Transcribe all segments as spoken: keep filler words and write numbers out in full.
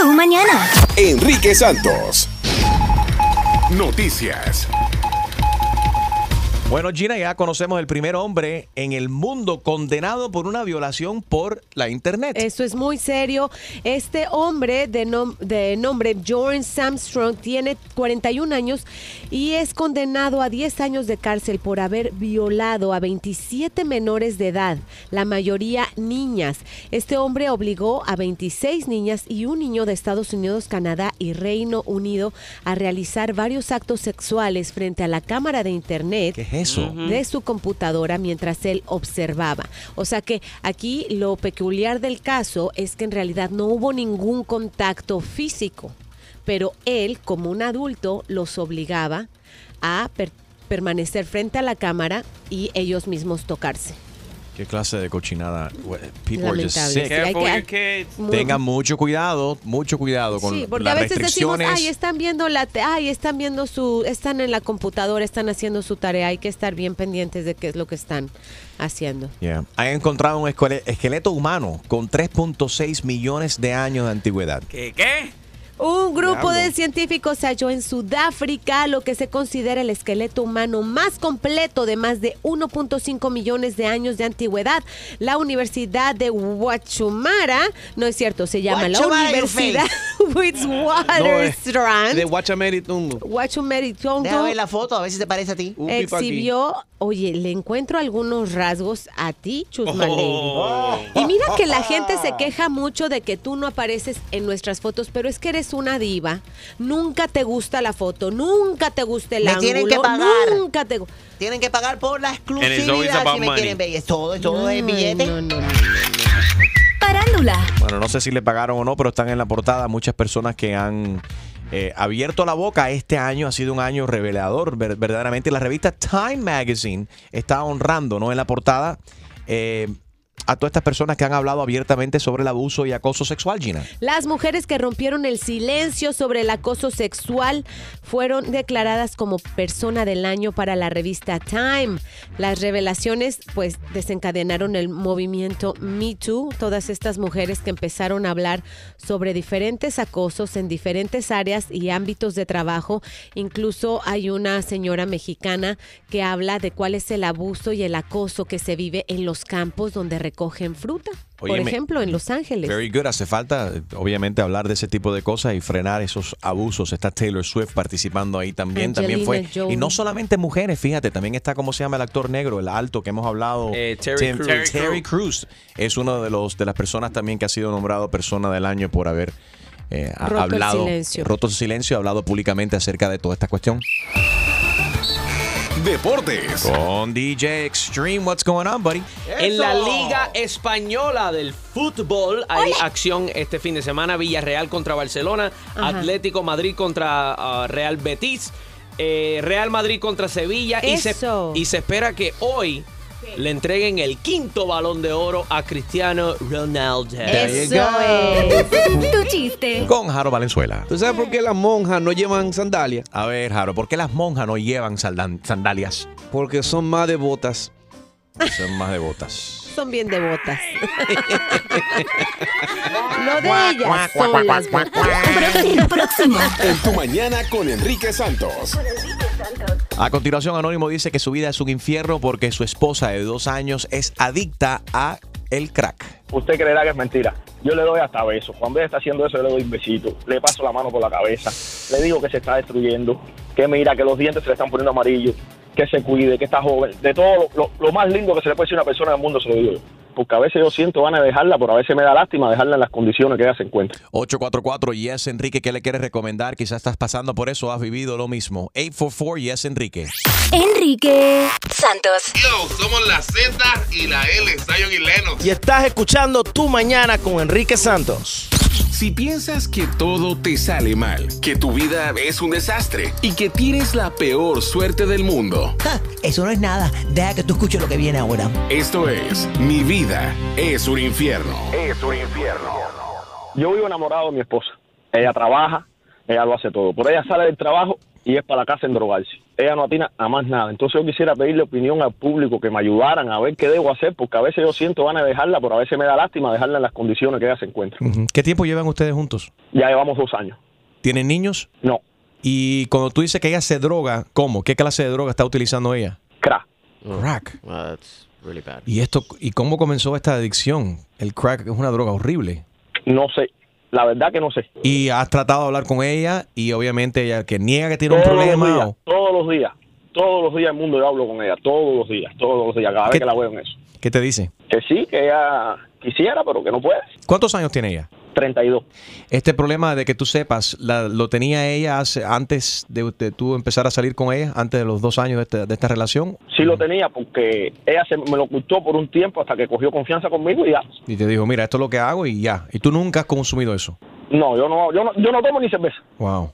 Tu mañana. Enrique Santos. Noticias. Bueno, Gina, ya conocemos el primer hombre en el mundo condenado por una violación por la internet. Eso es muy serio. Este hombre de, nom de nombre Bjorn Samström tiene cuarenta y un años y es condenado a diez años de cárcel por haber violado a veintisiete menores de edad, la mayoría niñas. Este hombre obligó a veintiséis niñas y un niño de Estados Unidos, Canadá y Reino Unido a realizar varios actos sexuales frente a la cámara de internet. ¿Qué es eso? De su computadora mientras él observaba. O sea que aquí lo peculiar del caso es que en realidad no hubo ningún contacto físico, pero él, como un adulto, los obligaba a per permanecer frente a la cámara y ellos mismos tocarse. ¿Qué clase de cochinada? People are just Lamentable. sick. Sí, hay que- muy- Tengan mucho cuidado, mucho cuidado con Sí, porque las a veces decimos, restricciones. ay, están viendo la, te- ay, están viendo su, están en la computadora, están haciendo su tarea, hay que estar bien pendientes de qué es lo que están haciendo. Yeah. Han encontrado un esquele- esqueleto humano con tres punto seis millones de años de antigüedad. ¿Qué? ¿Qué? Un grupo Diablo. de científicos halló en Sudáfrica lo que se considera el esqueleto humano más completo de más de uno punto cinco millones de años de antigüedad. La Universidad de Wachumara, no es cierto, se llama la Wachumara, Universidad Witwatersrand. De Guachameritumbo. Wachumeritongo. Déjame ver la foto, a ver si te parece a ti. Exhibió, oye, le encuentro algunos rasgos a ti, Chusma Lady. Oh. Y mira que la gente se queja mucho de que tú no apareces en nuestras fotos, pero es que eres una diva. Nunca te gusta la foto, nunca te gusta el Me ángulo. tienen que pagar. Nunca te gu- Tienen que pagar por la And it's always exclusividad about si me money. quieren ver. Es todo, es todo es billete. No, no, no. Farándula. Bueno, no sé si le pagaron o no, pero están en la portada muchas personas que han eh, abierto la boca. Este año ha sido un año revelador, ver- verdaderamente. La revista Time Magazine está honrando, ¿no?, en la portada eh, a todas estas personas que han hablado abiertamente sobre el abuso y acoso sexual, Gina. Las mujeres que rompieron el silencio sobre el acoso sexual fueron declaradas como persona del año para la revista Time. Las revelaciones pues desencadenaron el movimiento Me Too, todas estas mujeres que empezaron a hablar sobre diferentes acosos en diferentes áreas y ámbitos de trabajo. Incluso hay una señora mexicana que habla de cuál es el abuso y el acoso que se vive en los campos donde recogen fruta. Por Óyeme, ejemplo, en Los Ángeles. Very good. Hace falta, eh, obviamente, hablar de ese tipo de cosas y frenar esos abusos. Está Taylor Swift participando ahí también. También fue. Angelina Jolie. Y no solamente mujeres, fíjate, también está, ¿cómo se llama el actor negro? El alto que hemos hablado. Eh, Terry Crews. Terry, Terry Crews. Es uno de los de las personas también que ha sido nombrado persona del año por haber eh, ha- Roto el hablado. silencio. Roto el silencio, hablado públicamente acerca de toda esta cuestión. Deportes. Con D J Extreme, what's going on, buddy? En la Liga Española del Fútbol hay acción este fin de semana. Villarreal contra Barcelona, Ajá. Atlético Madrid contra ah, Real Betis, eh, Real Madrid contra Sevilla. Y se, Eso. y se espera que hoy le entreguen el quinto Balón de Oro a Cristiano Ronaldo. Eso es. Tu chiste. Con Jaro Valenzuela. ¿Tú sabes por qué las monjas no llevan sandalias? A ver, Jaro, ¿por qué las monjas no llevan saldan- sandalias? Porque son más devotas. Son más devotas. Son bien devotas. No de ellas, son las botas. Próximo. En tu mañana con Enrique Santos. A continuación, Anónimo dice que su vida es un infierno porque su esposa de dos años es adicta a el crack. Usted creerá que es mentira. Yo le doy hasta besos. Cuando ella está haciendo eso, yo le doy un besito. Le paso la mano por la cabeza. Le digo que se está destruyendo. Que mira, que los dientes se le están poniendo amarillos. Que se cuide, que está joven. De todo lo, lo más lindo que se le puede decir a una persona del mundo, se lo digo yo. Porque a veces yo siento ganas de dejarla, pero a veces me da lástima dejarla en las condiciones que ella se encuentra. ocho cuatro cuatro, yes, Enrique, ¿qué le quieres recomendar? Quizás estás pasando por eso, has vivido lo mismo. ocho cuatro cuatro, yes, Enrique. Enrique Santos. Yo, somos la Z y la L, Zion y Lennox. Y estás escuchando Tu Mañana con Enrique Santos. Si piensas que todo te sale mal, que tu vida es un desastre y que tienes la peor suerte del mundo, Ja, eso no es nada. Deja que tú escuches lo que viene ahora. esto es Mi vida es un infierno. Es un infierno. Yo vivo enamorado de mi esposa. Ella trabaja, ella lo hace todo. Por ella sale del trabajo y es para la casa en drogarse. Ella no atina a más nada. Entonces yo quisiera pedirle opinión al público, que me ayudaran a ver qué debo hacer, porque a veces yo siento ganas de dejarla, pero a veces me da lástima dejarla en las condiciones que ella se encuentra. Ujú. ¿Qué tiempo llevan ustedes juntos? Ya llevamos dos años. ¿Tienen niños? No, Y cuando tú dices que ella se droga, ¿cómo? ¿Qué clase de droga está utilizando ella? crack. Crack. Well, that's really bad. ¿Y esto y cómo comenzó esta adicción? El crack es una droga horrible. No sé, la verdad que no sé. Y has tratado de hablar con ella y obviamente ella que niega que tiene un Todos los problema. días, o- todos los días, todos los días del mundo yo hablo con ella, todos los días, todos los días, cada vez ¿Qué- que la veo en eso. ¿Qué te dice? Que sí, que ella quisiera, pero que no puede. ¿Cuántos años tiene ella? treinta y dos. Este problema de que tú sepas, la- ¿lo tenía ella hace, antes de, de tú empezar a salir con ella, antes de los dos años de, este- de esta relación? Sí lo tenía porque ella se me lo ocultó por un tiempo hasta que cogió confianza conmigo y ya. Y te dijo, mira, esto es lo que hago y ya. Y tú nunca has consumido eso. No, yo no, yo no, yo no tomo ni cerveza. Wow.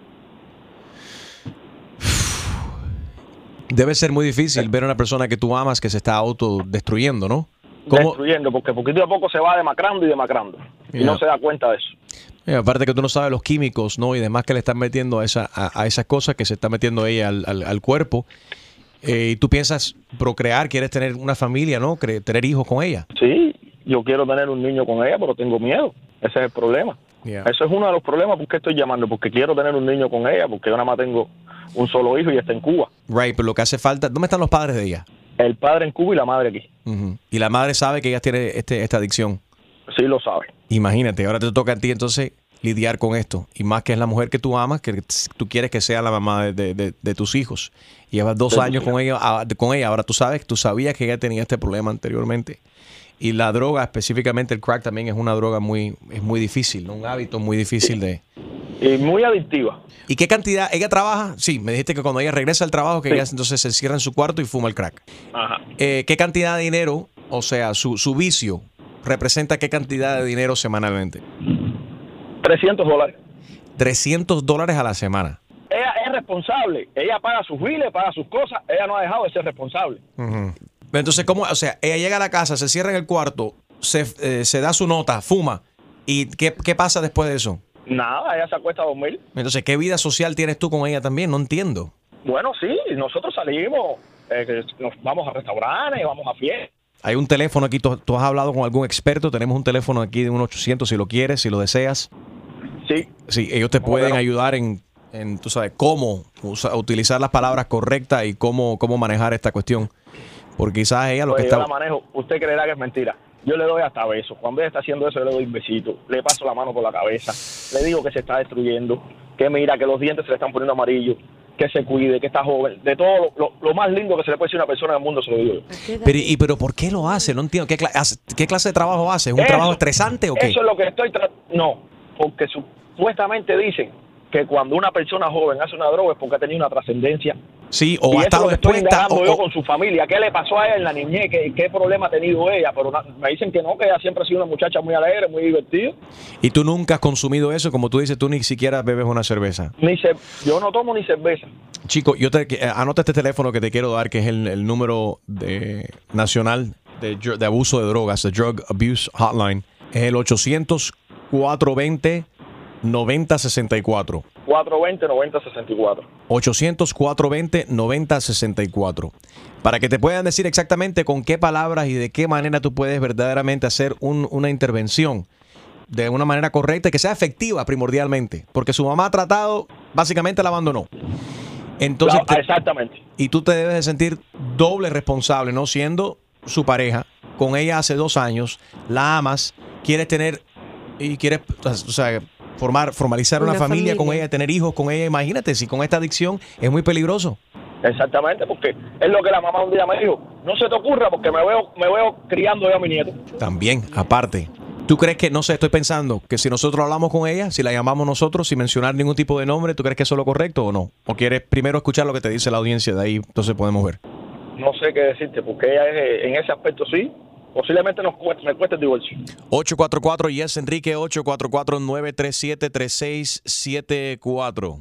Debe ser muy difícil ver a una persona que tú amas que se está autodestruyendo, ¿no? ¿Cómo? Destruyendo, porque poquito a poco se va demacrando y demacrando. Y Yeah. no se da cuenta de eso. Eh, aparte que tú no sabes los químicos, ¿no? Y demás que le están metiendo a, esa, a, a esas cosas que se está metiendo ella al, al- al cuerpo. Eh, y tú piensas procrear, quieres tener una familia, ¿no? Cre- tener hijos con ella. Sí, yo quiero tener un niño con ella, pero tengo miedo. Ese es el problema. Yeah. Eso es uno de los problemas por qué estoy llamando, porque quiero tener un niño con ella, porque yo nada más tengo un solo hijo y está en Cuba. Right, pero lo que hace falta... ¿Dónde están los padres de ella? El padre en Cuba y la madre aquí. Ujú. Y la madre sabe que ella tiene este, esta adicción. Sí lo sabe. Imagínate, ahora te toca a ti entonces lidiar con esto. Y más que es la mujer que tú amas, que tú quieres que sea la mamá de, de- de- de tus hijos. Llevas dos Sí, años sí. con ella, ah, con ella. Ahora tú sabes, tú sabías que ella tenía este problema anteriormente. Y la droga, específicamente el crack, también es una droga muy, es muy difícil, ¿no? Un hábito muy difícil de... Y muy adictiva. ¿Y qué cantidad? ¿Ella trabaja? Sí, me dijiste que cuando ella regresa al trabajo, que Sí. ella entonces se encierra en su cuarto y fuma el crack. Ajá. Eh, ¿Qué cantidad de dinero, o sea, su, su vicio, representa qué cantidad de dinero semanalmente? trescientos dólares. trescientos dólares a la semana. Ella es responsable. Ella paga sus biles, paga sus cosas. Ella no ha dejado de ser responsable. Ujú. Entonces, ¿cómo? O sea, ella llega a la casa, se cierra en el cuarto, se, eh, se da su nota, fuma. ¿Y qué, qué pasa después de eso? Nada, ella se acuesta a dormir. Entonces, ¿qué vida social tienes tú con ella también? No entiendo. Bueno, sí, nosotros salimos, eh, que nos vamos a restaurantes, vamos a fiestas. Hay un teléfono aquí, ¿tú, tú has hablado con algún experto? Tenemos un teléfono aquí de un ochocientos si lo quieres, si lo deseas. Sí. Sí, ellos te ¿Cómo pueden que no? ayudar en, en, tú sabes, cómo usa- utilizar las palabras correctas y cómo, cómo manejar esta cuestión. Porque quizás ella lo Pues que yo está... la manejo, usted creerá que es mentira. Yo le doy hasta besos. Cuando ella está haciendo eso, yo le doy un besito. Le paso la mano por la cabeza. Le digo que se está destruyendo. Que mira, que los dientes se le están poniendo amarillos. Que se cuide, que está joven. De todo lo, lo- lo más lindo que se le puede decir a una persona en el mundo, se lo digo yo. Pero, y, pero ¿por qué lo hace? No entiendo. ¿Qué, cla- hace- qué clase de trabajo hace? ¿Es un Eso- trabajo estresante o qué? Eso es lo que estoy tratando. No, porque supuestamente dicen que cuando una persona joven hace una droga es porque ha tenido una trascendencia. Sí, Y o ha eso es estado lo que estoy expuesta. indagando o- yo o- con su familia. ¿Qué le pasó a ella en la niñez? ¿Qué, qué problema ha tenido ella? Pero na- me dicen que no, que ella siempre ha sido una muchacha muy alegre, muy divertida. y tú nunca has consumido eso, como tú dices, tú ni siquiera bebes una cerveza. Ni ce- yo no tomo ni cerveza. Chico, yo te eh, anota este teléfono que te quiero dar, que es el, el número de nacional de, dr- de abuso de drogas, the Drug Abuse Hotline. Es el ochocientos, cuatrocientos veinte, noventa sesenta y cuatro. cuatro veinte, noventa, sesenta y cuatro. ochocientos, cuatrocientos veinte, noventa sesenta y cuatro. Para que te puedan decir exactamente con qué palabras y de qué manera tú puedes verdaderamente hacer un- una intervención de una manera correcta y que sea efectiva primordialmente. Porque su mamá ha tratado, básicamente la abandonó. Entonces, La- te- exactamente. y tú te debes de sentir doble responsable, ¿no? Siendo su pareja, con ella hace dos años, la amas, quieres tener y quieres, o sea, formar, formalizar una, Una familia, con familia. ella, tener hijos con ella. Imagínate, si con esta adicción es muy peligroso. Exactamente, porque es lo que la mamá un día me dijo. No se te ocurra porque me veo, me veo criando yo a mi nieto. También, aparte. ¿Tú crees que, no sé, estoy pensando que si nosotros hablamos con ella, si la llamamos nosotros sin mencionar ningún tipo de nombre, ¿tú crees que eso es lo correcto o no? ¿O quieres primero escuchar lo que te dice la audiencia? De ahí entonces podemos ver. No sé qué decirte, porque ella es, en ese aspecto sí. Posiblemente nos cueste, me cueste el divorcio. ocho cuatro cuatro, yes, Enrique, ocho cuatro cuatro, nueve tres siete, tres seis siete cuatro.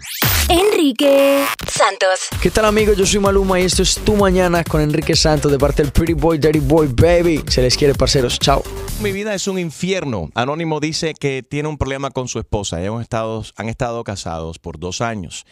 Enrique Santos. ¿Qué tal, amigos? Yo soy Maluma y esto es Tu Mañana con Enrique Santos de parte del Pretty Boy, Dirty Boy, Baby. Se les quiere, parceros. Chao. Mi vida es un infierno. Anónimo dice que tiene un problema con su esposa. Hemos estado, han estado casados por dos años.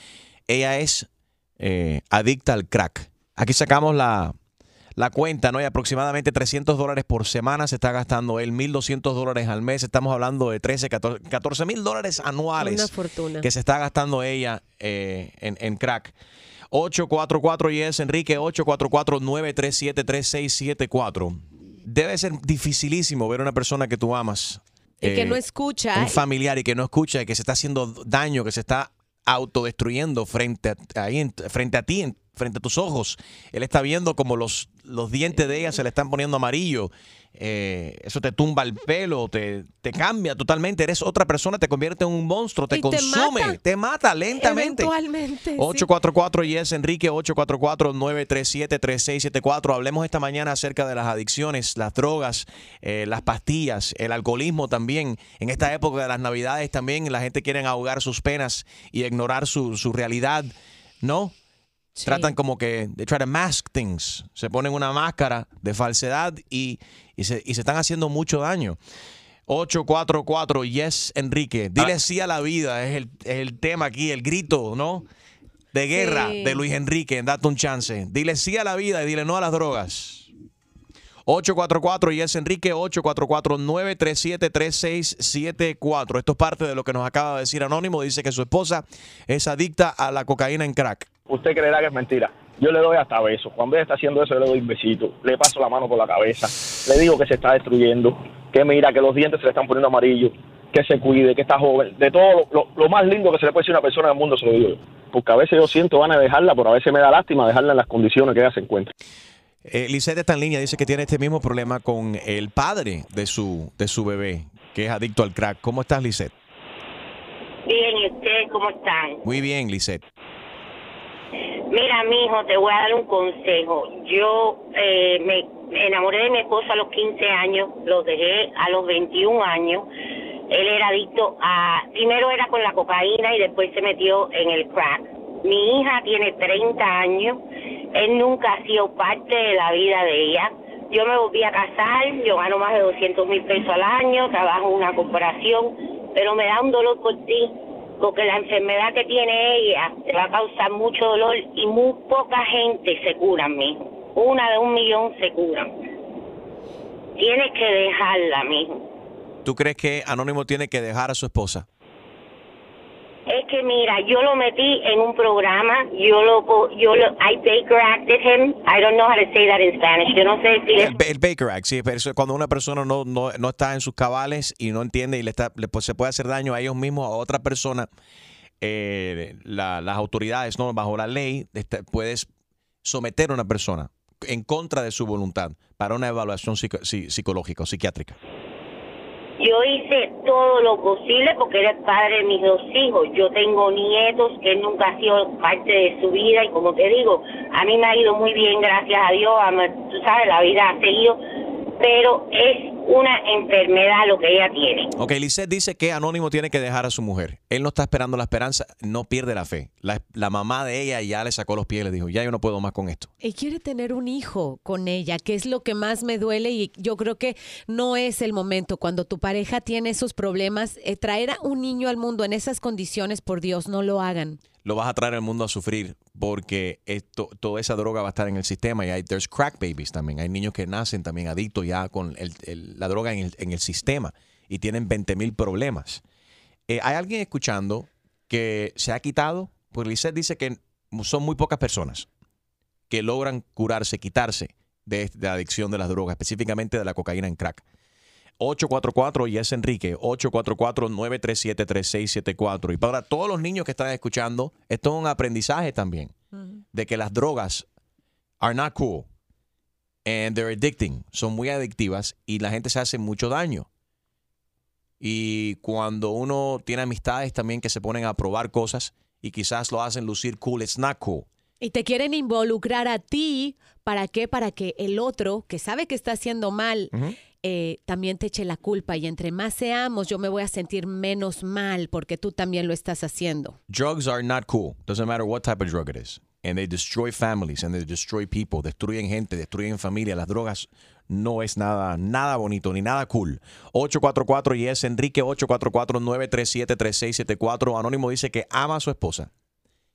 ella es eh, adicta al crack. Aquí sacamos la, la cuenta, ¿no? Y aproximadamente trescientos dólares por semana se está gastando él, mil doscientos dólares al mes. Estamos hablando de trece, catorce mil dólares anuales. Una fortuna. Que se está gastando ella eh, en, en crack. ocho cuatro cuatro yes Enrique, ocho cuatro cuatro, nueve tres siete, tres seis siete cuatro. Debe ser dificilísimo ver a una persona que tú amas. Y que eh, no escucha. Un familiar y que no escucha y que se está haciendo daño, que se está autodestruyendo frente a, ahí, en- frente a ti, en- frente a tus ojos. Él está viendo como los, los dientes de ella se le están poniendo amarillo. Eh, eso te tumba el pelo, te, te cambia totalmente. Eres otra persona, te convierte en un monstruo, te Y te consume, mata. te mata lentamente. Eventualmente. sí. ocho cuatro cuatro yes Enrique, ocho cuatro cuatro, nueve tres siete, tres seis siete cuatro. Hablemos esta mañana acerca de las adicciones, las drogas, eh, las pastillas, el alcoholismo también. En esta época de las Navidades también la gente quiere ahogar sus penas y ignorar su, su realidad, ¿no? Sí. Tratan como que, they try to mask things. Se ponen una máscara de falsedad y, y, se, y se están haciendo mucho daño. ocho cuatro cuatro yes Enrique. Dile sí a la vida, es el, es el tema aquí, el grito, ¿no? De guerra Sí. de Luis Enrique, date un chance. Dile sí a la vida y dile no a las drogas. ocho cuatro cuatro yes Enrique, ocho cuatro cuatro, nueve tres siete, tres seis siete cuatro. Esto es parte de lo que nos acaba de decir Anónimo. Dice que su esposa es adicta a la cocaína en crack. Usted creerá que es mentira. Yo le doy hasta besos. Cuando ella está haciendo eso, yo le doy besitos. Le paso la mano por la cabeza. Le digo que se está destruyendo. Que mira, que los dientes se le están poniendo amarillos. Que se cuide, que está joven. De todo lo, lo, lo más lindo que se le puede decir a una persona del mundo, se lo digo yo. Porque a veces yo siento ganas de dejarla, pero a veces me da lástima dejarla en las condiciones que ella se encuentra. Eh, Lisette está en línea, dice que tiene este mismo problema con el padre de su, de su bebé, que es adicto al crack. ¿Cómo estás, Lisette? Bien, ¿y ustedes cómo están? Muy bien, Lisette. Mira, mijo, te voy a dar un consejo. Yo eh, me enamoré de mi esposo a los quince años, lo dejé a los veintiún años. Él era adicto a... Primero era con la cocaína y después se metió en el crack. Mi hija tiene treinta años. Él nunca ha sido parte de la vida de ella. Yo me volví a casar, yo gano más de doscientos mil pesos al año, trabajo en una corporación, pero me da un dolor por ti, porque la enfermedad que tiene ella te va a causar mucho dolor y muy poca gente se cura, mijo. Una de un millón se curan. Tienes que dejarla, mijo. ¿Tú crees que Anónimo tiene que dejar a su esposa? Es que mira, yo lo metí en un programa, yo lo, yo lo, I Baker acted him. I don't know how to say that in Spanish. Yo no sé si El, el Baker Act, sí, pero eso es cuando una persona no, no, no está en sus cabales y no entiende y le está, le, pues, se puede hacer daño a ellos mismos, a otra persona. Eh, la- las autoridades, ¿no? Bajo la ley, este, puedes someter a una persona en contra de su voluntad para una evaluación psico- psi- psicológica o psiquiátrica. yo hice todo lo posible porque él es padre de mis dos hijos. Yo tengo nietos que él nunca ha sido parte de su vida y como te digo, a mí me ha ido muy bien, gracias a Dios. A mí, tú sabes, la vida ha seguido, pero es una enfermedad lo que ella tiene. Ok, Lisette dice que Anónimo tiene que dejar a su mujer. Él no está esperando la esperanza, no pierde la fe. La, la mamá de ella ya le sacó los pies y le dijo, ya yo no puedo más con esto. Y quiere tener un hijo con ella, que es lo que más me duele y yo creo que no es el momento. Cuando tu pareja tiene esos problemas, eh, traer a un niño al mundo en esas condiciones, por Dios, no lo hagan. Lo vas a traer al mundo a sufrir porque esto, toda esa droga va a estar en el sistema y hay there's crack babies también. Hay niños que nacen también adictos ya con el- el- la droga en el, en el sistema y tienen veinte mil problemas. Eh, ¿Hay alguien escuchando que se ha quitado? Pues Lisette dice que son muy pocas personas que logran curarse, quitarse de, de la adicción de las drogas, específicamente de la cocaína en crack. ocho cuatro cuatro y es Enrique, ocho cuatro cuatro, nueve tres siete, tres seis siete cuatro. Y para todos los niños que están escuchando, esto es un aprendizaje también de que las drogas are not cool and they're addicting, son muy adictivas y la gente se hace mucho daño. Y cuando uno tiene amistades también que se ponen a probar cosas y quizás lo hacen lucir cool, it's not cool. Y te quieren involucrar a ti, ¿para qué? Para que el otro, que sabe que está haciendo mal, eh, también te eche la culpa. Y entre más seamos, yo me voy a sentir menos mal porque tú también lo estás haciendo. Drugs are not cool. Doesn't matter what type of drug it is. And they destroy families and they destroy people. Destruyen gente, destruyen familia. Las drogas no es nada, nada bonito ni nada cool. ocho cuatro cuatro y es Enrique, ocho cuatro cuatro, nueve tres siete, tres seis siete cuatro. Anónimo dice que ama a su esposa.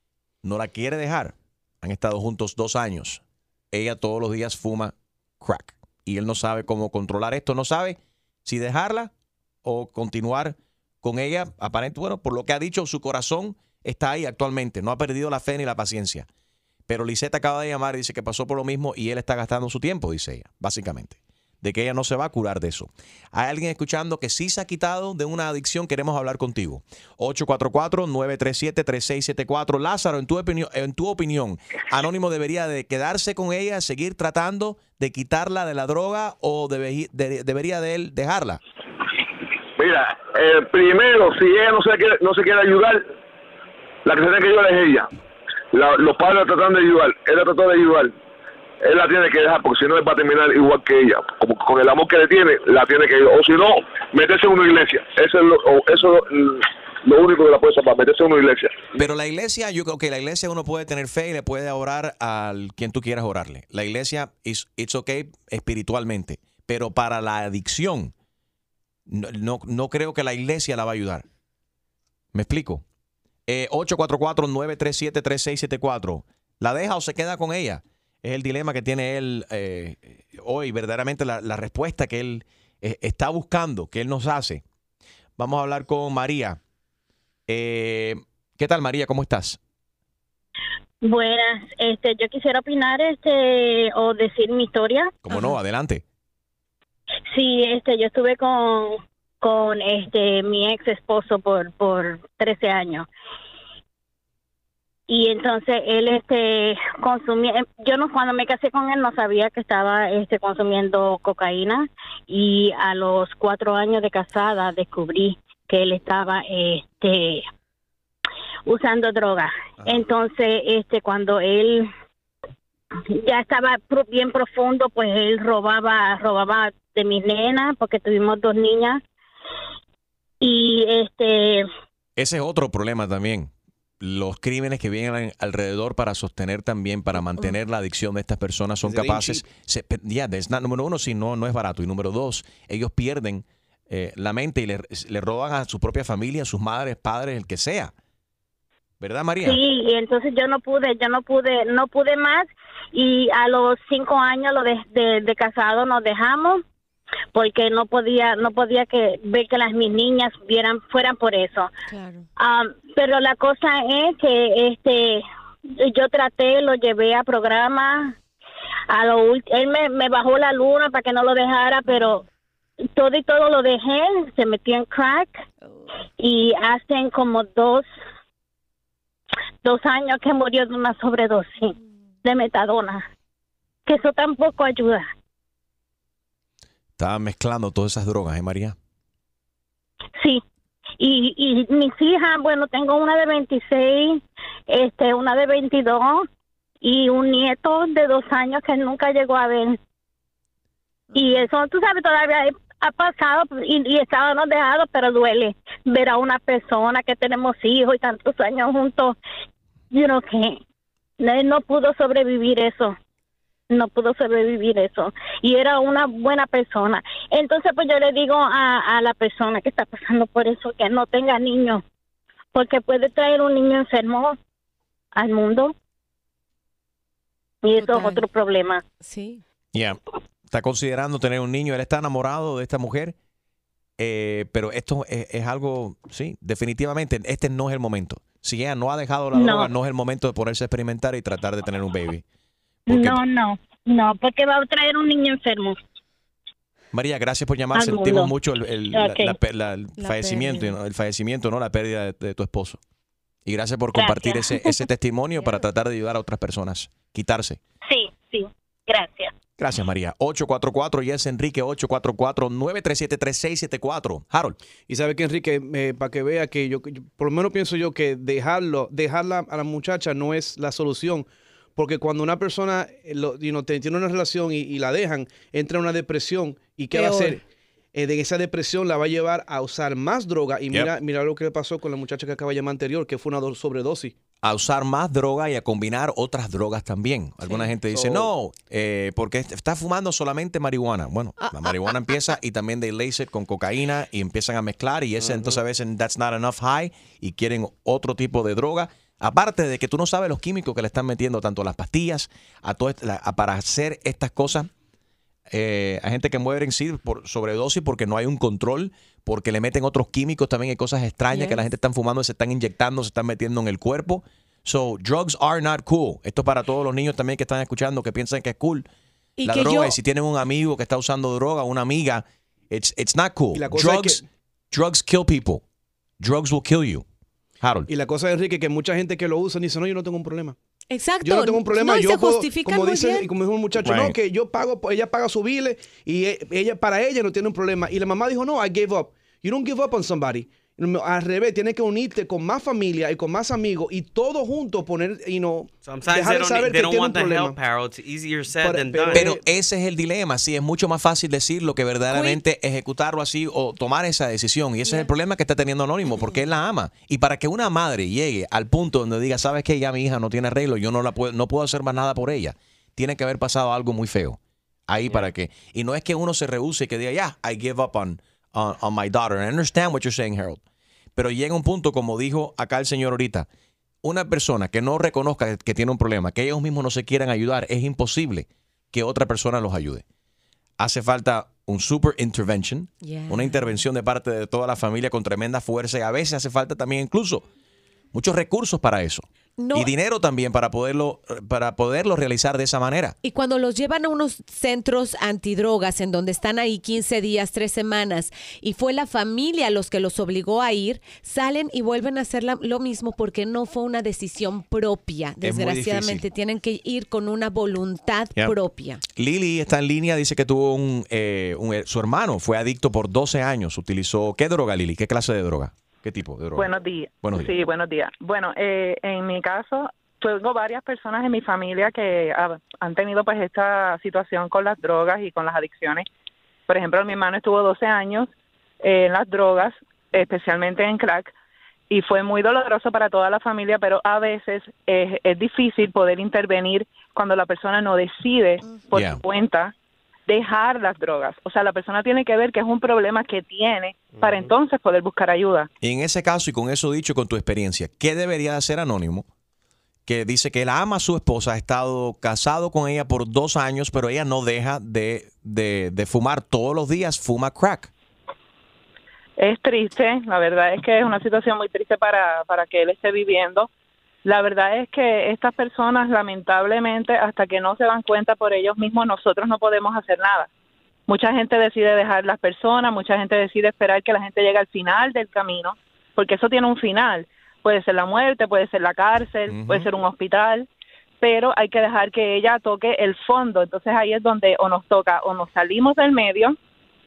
no la quiere dejar. Han estado juntos dos años. Ella todos los días fuma crack. Y él no sabe cómo controlar esto. No sabe si dejarla o continuar con ella. Aparentemente, bueno, por lo que ha dicho, su corazón está ahí actualmente. No ha perdido la fe ni la paciencia. Pero Lisette acaba de llamar y dice que pasó por lo mismo y él está gastando su tiempo, dice ella, básicamente. De que ella no se va a curar de eso. Hay alguien escuchando que sí se ha quitado de una adicción. Queremos hablar contigo. ocho cuatro cuatro, nueve tres siete, tres seis siete cuatro. Lázaro, en tu, opinión, en tu opinión, Anónimo debería de quedarse con ella, seguir tratando de quitarla de la droga o debe, de, debería de él dejarla. Mira, eh, primero, si ella no se quiere, no se quiere ayudar, la que se tiene que ayudar es ella. La, los padres la tratan de ayudar, él la trató de ayudar. Él la tiene que dejar, porque si no, él va a terminar igual que ella. Como con el amor que le tiene, la tiene que ayudar. O si no, meterse en una iglesia. Eso es lo, eso es lo, lo único que la puede salvar, meterse en una iglesia. Pero la iglesia, yo creo que la iglesia uno puede tener fe y le puede orar al quien tú quieras orarle. La iglesia, es it's okay espiritualmente. Pero para la adicción, no, no, no creo que la iglesia la va a ayudar. ¿Me explico? Eh, ocho cuatro cuatro, nueve tres siete, tres seis siete cuatro. ¿La deja o se queda con ella? Es el dilema que tiene él eh, hoy, verdaderamente la, la respuesta que él eh, está buscando, que él nos hace. Vamos a hablar con María. Eh, ¿Qué tal, María? ¿Cómo estás? Buenas. Este, yo quisiera opinar este o decir mi historia. ¿Cómo no? Adelante. Sí, este, yo estuve con, con este mi ex esposo por, por trece años. Y entonces él este consumía, yo no cuando me casé con él no sabía que estaba este consumiendo cocaína y a los cuatro años de casada descubrí que él estaba este usando droga. Entonces este cuando él ya estaba bien profundo, pues él robaba robaba de mis nenas porque tuvimos dos niñas y este ese es otro problema también. Los crímenes que vienen alrededor para sostener también, para mantener la adicción de estas personas son capaces. Ya, yeah, número uno, sí, no, no es barato. Y número dos, ellos pierden eh, la mente y le, le roban a su propia familia, a sus madres, padres, el que sea. ¿Verdad, María? Sí, y entonces yo no pude, yo no pude, no pude más. Y a los cinco años lo de, de, de casado nos dejamos. Porque no podía no podía que ver que las mis niñas vieran fueran por eso. Claro. Um, pero la cosa es que este yo traté, lo llevé a programa, a lo él me, me bajó la luna para que no lo dejara, pero todo y todo lo dejé, se metió en crack y hacen como dos dos años que murió de una sobredosis de metadona, que eso tampoco ayuda. Estaba mezclando todas esas drogas, ¿eh, María? Sí. Y, y mis hijas, bueno, tengo una de veintiséis, este, una de veintidós y un nieto de dos años que nunca llegó a ver. Y eso, tú sabes, todavía ha pasado y, y estábamos dejados, pero duele ver a una persona que tenemos hijos y tantos años juntos, you know, que él no pudo sobrevivir eso. No pudo sobrevivir eso y era una buena persona. Entonces pues yo le digo a, a la persona que está pasando por eso que no tenga niños, porque puede traer un niño enfermo al mundo y eso es otro problema. Sí. Ya, yeah. Está considerando tener un niño, él está enamorado de esta mujer, eh, pero esto es, es algo, sí, definitivamente este no es el momento. Si ella no ha dejado la No. droga, no es el momento de ponerse a experimentar y tratar de tener un baby. Porque- No, no, no, porque va a traer un niño enfermo. María, gracias por llamar. Al Sentimos mundo. mucho el, el- Ok. la- la- la- el La fallecimiento, pérdida. ¿no? el fallecimiento, no la pérdida de, de tu esposo. Y gracias por Gracias. compartir ese, ese testimonio para tratar de ayudar a otras personas. Quitarse. Sí, sí, gracias. Gracias, María. ocho cuatro cuatro, yes, Enrique, ocho cuatro cuatro, nueve tres siete, tres seis siete cuatro. Harold. Y sabe que Enrique, eh, para que vea que yo, yo- por lo menos pienso yo que dejarlo, dejarla a la muchacha no es la solución. Porque cuando una persona eh, lo, you know, te- tiene una relación y, y la dejan, entra en una depresión. ¿Y qué va a Peor. hacer? Eh, de esa depresión la va a llevar a usar más droga. Y Yep. mira, mira lo que le pasó con la muchacha que acaba de llamar anterior, que fue una do- sobredosis. A usar más droga y a combinar otras drogas también. Alguna gente dice, So- no, eh, porque está fumando solamente marihuana. Bueno, la marihuana empieza y también they lace it con cocaína y empiezan a mezclar y ese entonces a veces that's not enough high y quieren otro tipo de droga. Aparte de que tú no sabes los químicos que le están metiendo tanto a las pastillas, a todo esto, a, para hacer estas cosas. Eh, hay gente que muere en sí por sobredosis porque no hay un control, porque le meten otros químicos, también hay cosas extrañas yes. que la gente está fumando, se están inyectando, se están metiendo en el cuerpo. So, drugs are not cool. Esto es para todos los niños también que están escuchando, que piensan que es cool. Y la que droga, yo... y si tienen un amigo que está usando droga, una amiga, it's, it's not cool. Drugs, que... drugs kill people. Drugs will kill you. Harold. Y la cosa, Enrique, que mucha gente que lo usa dice, no, yo no tengo un problema. Exacto. Yo no tengo un problema. No, yo se puedo, justifican como muy dice, bien. como dijo un muchacho, right. no, que yo pago, ella paga su bile y ella, para ella no tiene un problema. Y la mamá dijo, no, I gave up. You don't give up on somebody. Al revés, tienes que unirte con más familia y con más amigos y todos juntos poner, you know, dejar de saber que tiene un problema. Pero, pero ese es el dilema. Sí, es mucho más fácil decirlo que verdaderamente Queen. ejecutarlo así o tomar esa decisión. Y ese yeah. es el problema que está teniendo Anónimo, porque él la ama. Y para que una madre llegue al punto donde diga, sabes que ya mi hija no tiene arreglo, yo no la puedo, no puedo hacer más nada por ella, tiene que haber pasado algo muy feo ahí yeah. para que. Y no es que uno se rehúse y que diga, ya, yeah, I give up on On, on my daughter. And I understand what you're saying, Harold. Pero llega un punto, como dijo acá el señor ahorita, una persona que no reconozca que, que tiene un problema, que ellos mismos no se quieran ayudar, es imposible que otra persona los ayude. Hace falta un super intervention, yeah. una intervención de parte de toda la familia con tremenda fuerza y a veces hace falta también incluso muchos recursos para eso. No. Y dinero también para poderlo, para poderlo realizar de esa manera. Y cuando los llevan a unos centros antidrogas en donde están ahí quince días, tres semanas, y fue la familia los que los obligó a ir, salen y vuelven a hacer la, lo mismo porque no fue una decisión propia. Desgraciadamente tienen que ir con una voluntad yeah. propia. Lili está en línea, dice que tuvo un, eh, un su hermano fue adicto por doce años. Utilizó, ¿qué droga, Lili? ¿Qué clase de droga? ¿Qué tipo de droga? Buenos días. Buenos días. Sí, buenos días. Bueno, eh, en mi caso, tengo varias personas en mi familia que ha, han tenido pues esta situación con las drogas y con las adicciones. Por ejemplo, mi hermano estuvo doce años eh, en las drogas, especialmente en crack, y fue muy doloroso para toda la familia, pero a veces es, es difícil poder intervenir cuando la persona no decide por yeah. su cuenta dejar las drogas. O sea, la persona tiene que ver que es un problema que tiene para entonces poder buscar ayuda. Y en ese caso, y con eso dicho, con tu experiencia, ¿qué debería hacer Anónimo? Que dice que él ama a su esposa, ha estado casado con ella por dos años, pero ella no deja de, de, de fumar todos los días, fuma crack. Es triste, la verdad es que es una situación muy triste para, para que él esté viviendo. La verdad es que estas personas, lamentablemente, hasta que no se dan cuenta por ellos mismos, nosotros no podemos hacer nada. Mucha gente decide dejar las personas, mucha gente decide esperar que la gente llegue al final del camino, porque eso tiene un final. Puede ser la muerte, puede ser la cárcel, uh-huh. puede ser un hospital, pero hay que dejar que ella toque el fondo. Entonces ahí es donde o nos toca, o nos salimos del medio,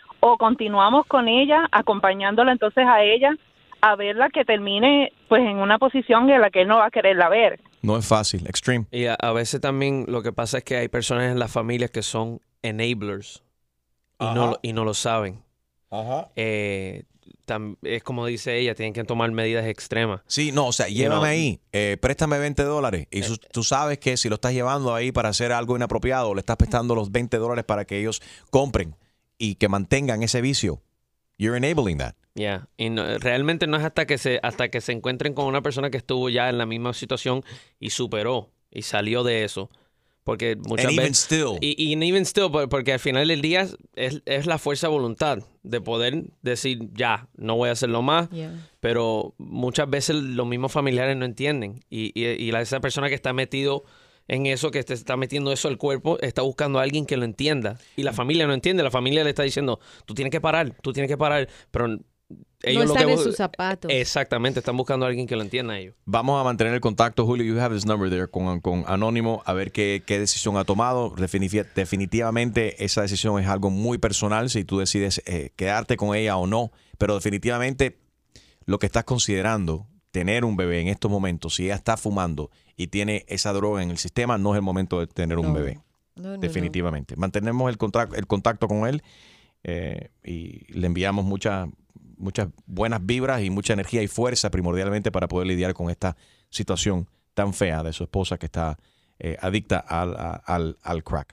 o continuamos con ella, acompañándola entonces a ella, a verla que termine pues en una posición en la que él no va a quererla ver. No es fácil, extreme. Y a, a veces también lo que pasa es que hay personas en las familias que son enablers y, no, y no lo saben. Ajá. Eh, tam, es como dice ella, tienen que tomar medidas extremas. Sí, no, o sea, llévame no, ahí, eh, préstame veinte dólares y eh, tú sabes que si lo estás llevando ahí para hacer algo inapropiado, le estás prestando los veinte dólares para que ellos compren y que mantengan ese vicio. You're enabling that. Yeah. Y no, realmente no es hasta que se hasta que se encuentren con una persona que estuvo ya en la misma situación y superó y salió de eso. Porque muchas and veces... Even still. Y, y even still, porque al final del día es, es la fuerza de voluntad de poder decir, ya, no voy a hacerlo más. Yeah. Pero muchas veces los mismos familiares no entienden. Y, y, y la, esa persona que está metido en eso, que te está metiendo eso al cuerpo, está buscando a alguien que lo entienda. Y la familia no entiende. La familia le está diciendo, tú tienes que parar, tú tienes que parar. Pero... ellos no están lo que, en sus zapatos. Exactamente, están buscando a alguien que lo entienda a ellos. Vamos a mantener el contacto, Julio. You have his number there con, con Anónimo, a ver qué, qué decisión ha tomado. Definitiv- definitivamente esa decisión es algo muy personal, si tú decides eh, quedarte con ella o no. Pero definitivamente lo que estás considerando, tener un bebé en estos momentos, si ella está fumando y tiene esa droga en el sistema, no es el momento de tener un no. bebé. No, no, definitivamente. No. Mantenemos el contacto, el contacto con él eh, y le enviamos muchas muchas buenas vibras y mucha energía y fuerza primordialmente para poder lidiar con esta situación tan fea de su esposa que está eh, adicta al, al, al crack.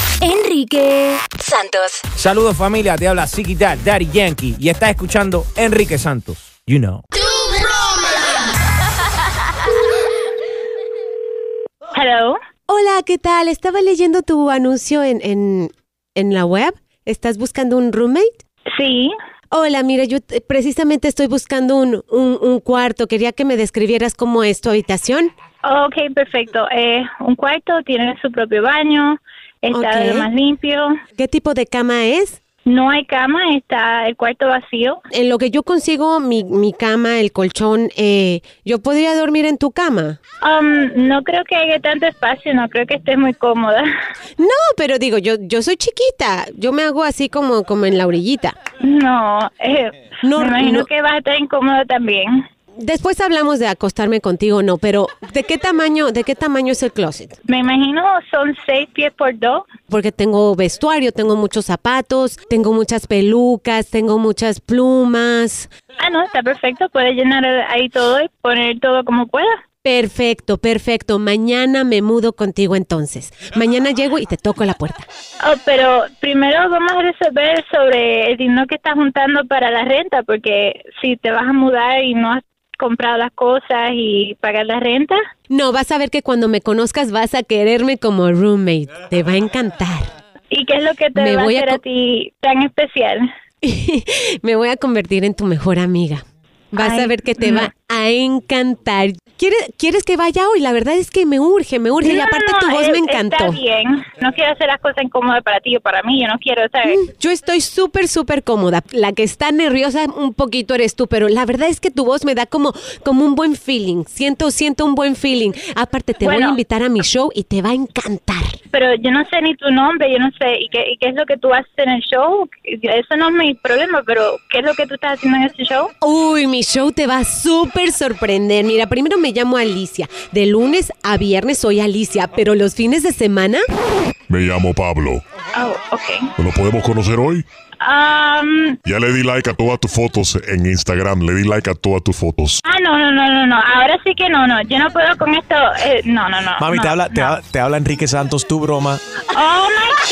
Enrique Santos. Saludos familia, te habla Ziggy Dad, Daddy Yankee y estás escuchando Enrique Santos. You know. Hola, ¿qué tal? Estaba leyendo tu anuncio en, en, en la web. ¿Estás buscando un roommate? Sí. Hola, mira, yo t- precisamente estoy buscando un, un, un cuarto. Quería que me describieras cómo es tu habitación. Ok, perfecto. Eh, un cuarto, tiene su propio baño, está Ok. lo más limpio. ¿Qué tipo de cama es? No hay cama, está el cuarto vacío. En lo que yo consigo mi, mi cama, el colchón, eh, ¿yo podría dormir en tu cama? Um, no creo que haya tanto espacio, no creo que estés muy cómoda. No, pero digo, yo, yo soy chiquita. Yo me hago así como, como en la orillita. No, eh, No, me imagino no. que vas a estar incómoda también. Después hablamos de acostarme contigo, no, pero ¿de qué tamaño, de qué tamaño es el closet? Me imagino son seis pies por dos. Porque tengo vestuario, tengo muchos zapatos, tengo muchas pelucas, tengo muchas plumas. Ah, no, está perfecto. Puedes llenar ahí todo y poner todo como puedas. Perfecto, perfecto. Mañana me mudo contigo entonces. Mañana llego y te toco la puerta. Oh, pero primero vamos a resolver sobre el dinero que estás juntando para la renta, porque si te vas a mudar y no has comprado las cosas y pagar la renta. No, vas a ver que cuando me conozcas vas a quererme como roommate. Te va a encantar. ¿Y qué es lo que te Me va a voy a hacer a, co- ti tan especial? Me voy a convertir en tu mejor amiga. Vas Ay, a ver que te no. va a encantar. ¿Quieres, ¿Quieres que vaya hoy? La verdad es que me urge, me urge. y No, aparte no, tu voz eh, me encantó. Está bien. No quiero hacer las cosas incómodas para ti o para mí. Yo no quiero, ¿sabes? Mm, Yo estoy súper, súper cómoda. La que está nerviosa un poquito eres tú, pero la verdad es que tu voz me da como, como un buen feeling. Siento, siento un buen feeling. Aparte, te voy a Bueno. invitar a mi show y te va a encantar. Pero yo no sé ni tu nombre, yo no sé. ¿Y qué, y qué es lo que tú haces en el show? Eso no es mi problema, pero ¿qué es lo que tú estás haciendo en ese show? Uy, mi show te va a súper sorprender. Mira, primero me llamo Alicia. De lunes a viernes soy Alicia, pero los fines de semana... Me llamo Pablo. Oh, ok. ¿Nos podemos conocer hoy? Um, Ya le di like a todas tus fotos en Instagram. Le di like a todas tus fotos. ah, no, no, no, no, no. Ahora sí que no, no. Yo no puedo con esto. Eh, no, no, no. Mami, no, te, habla, te, no. habla, te habla Enrique Santos, tu broma. ¡Oh,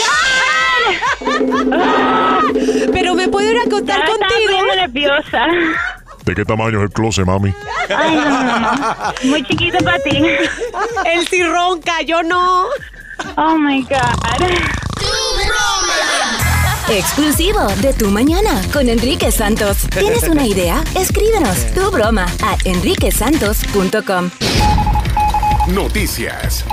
my God! Pero me puedo ir a acostar Ya me estaba contigo. poniendo nerviosa. ¿De qué tamaño es el closet, mami? Ay, no, no, no. Muy chiquito para ti. Él sí ronca, yo no. Oh, my God. Exclusivo de Tu Mañana con Enrique Santos. ¿Tienes una idea? Escríbenos tu broma a enrique santos punto com. Noticias.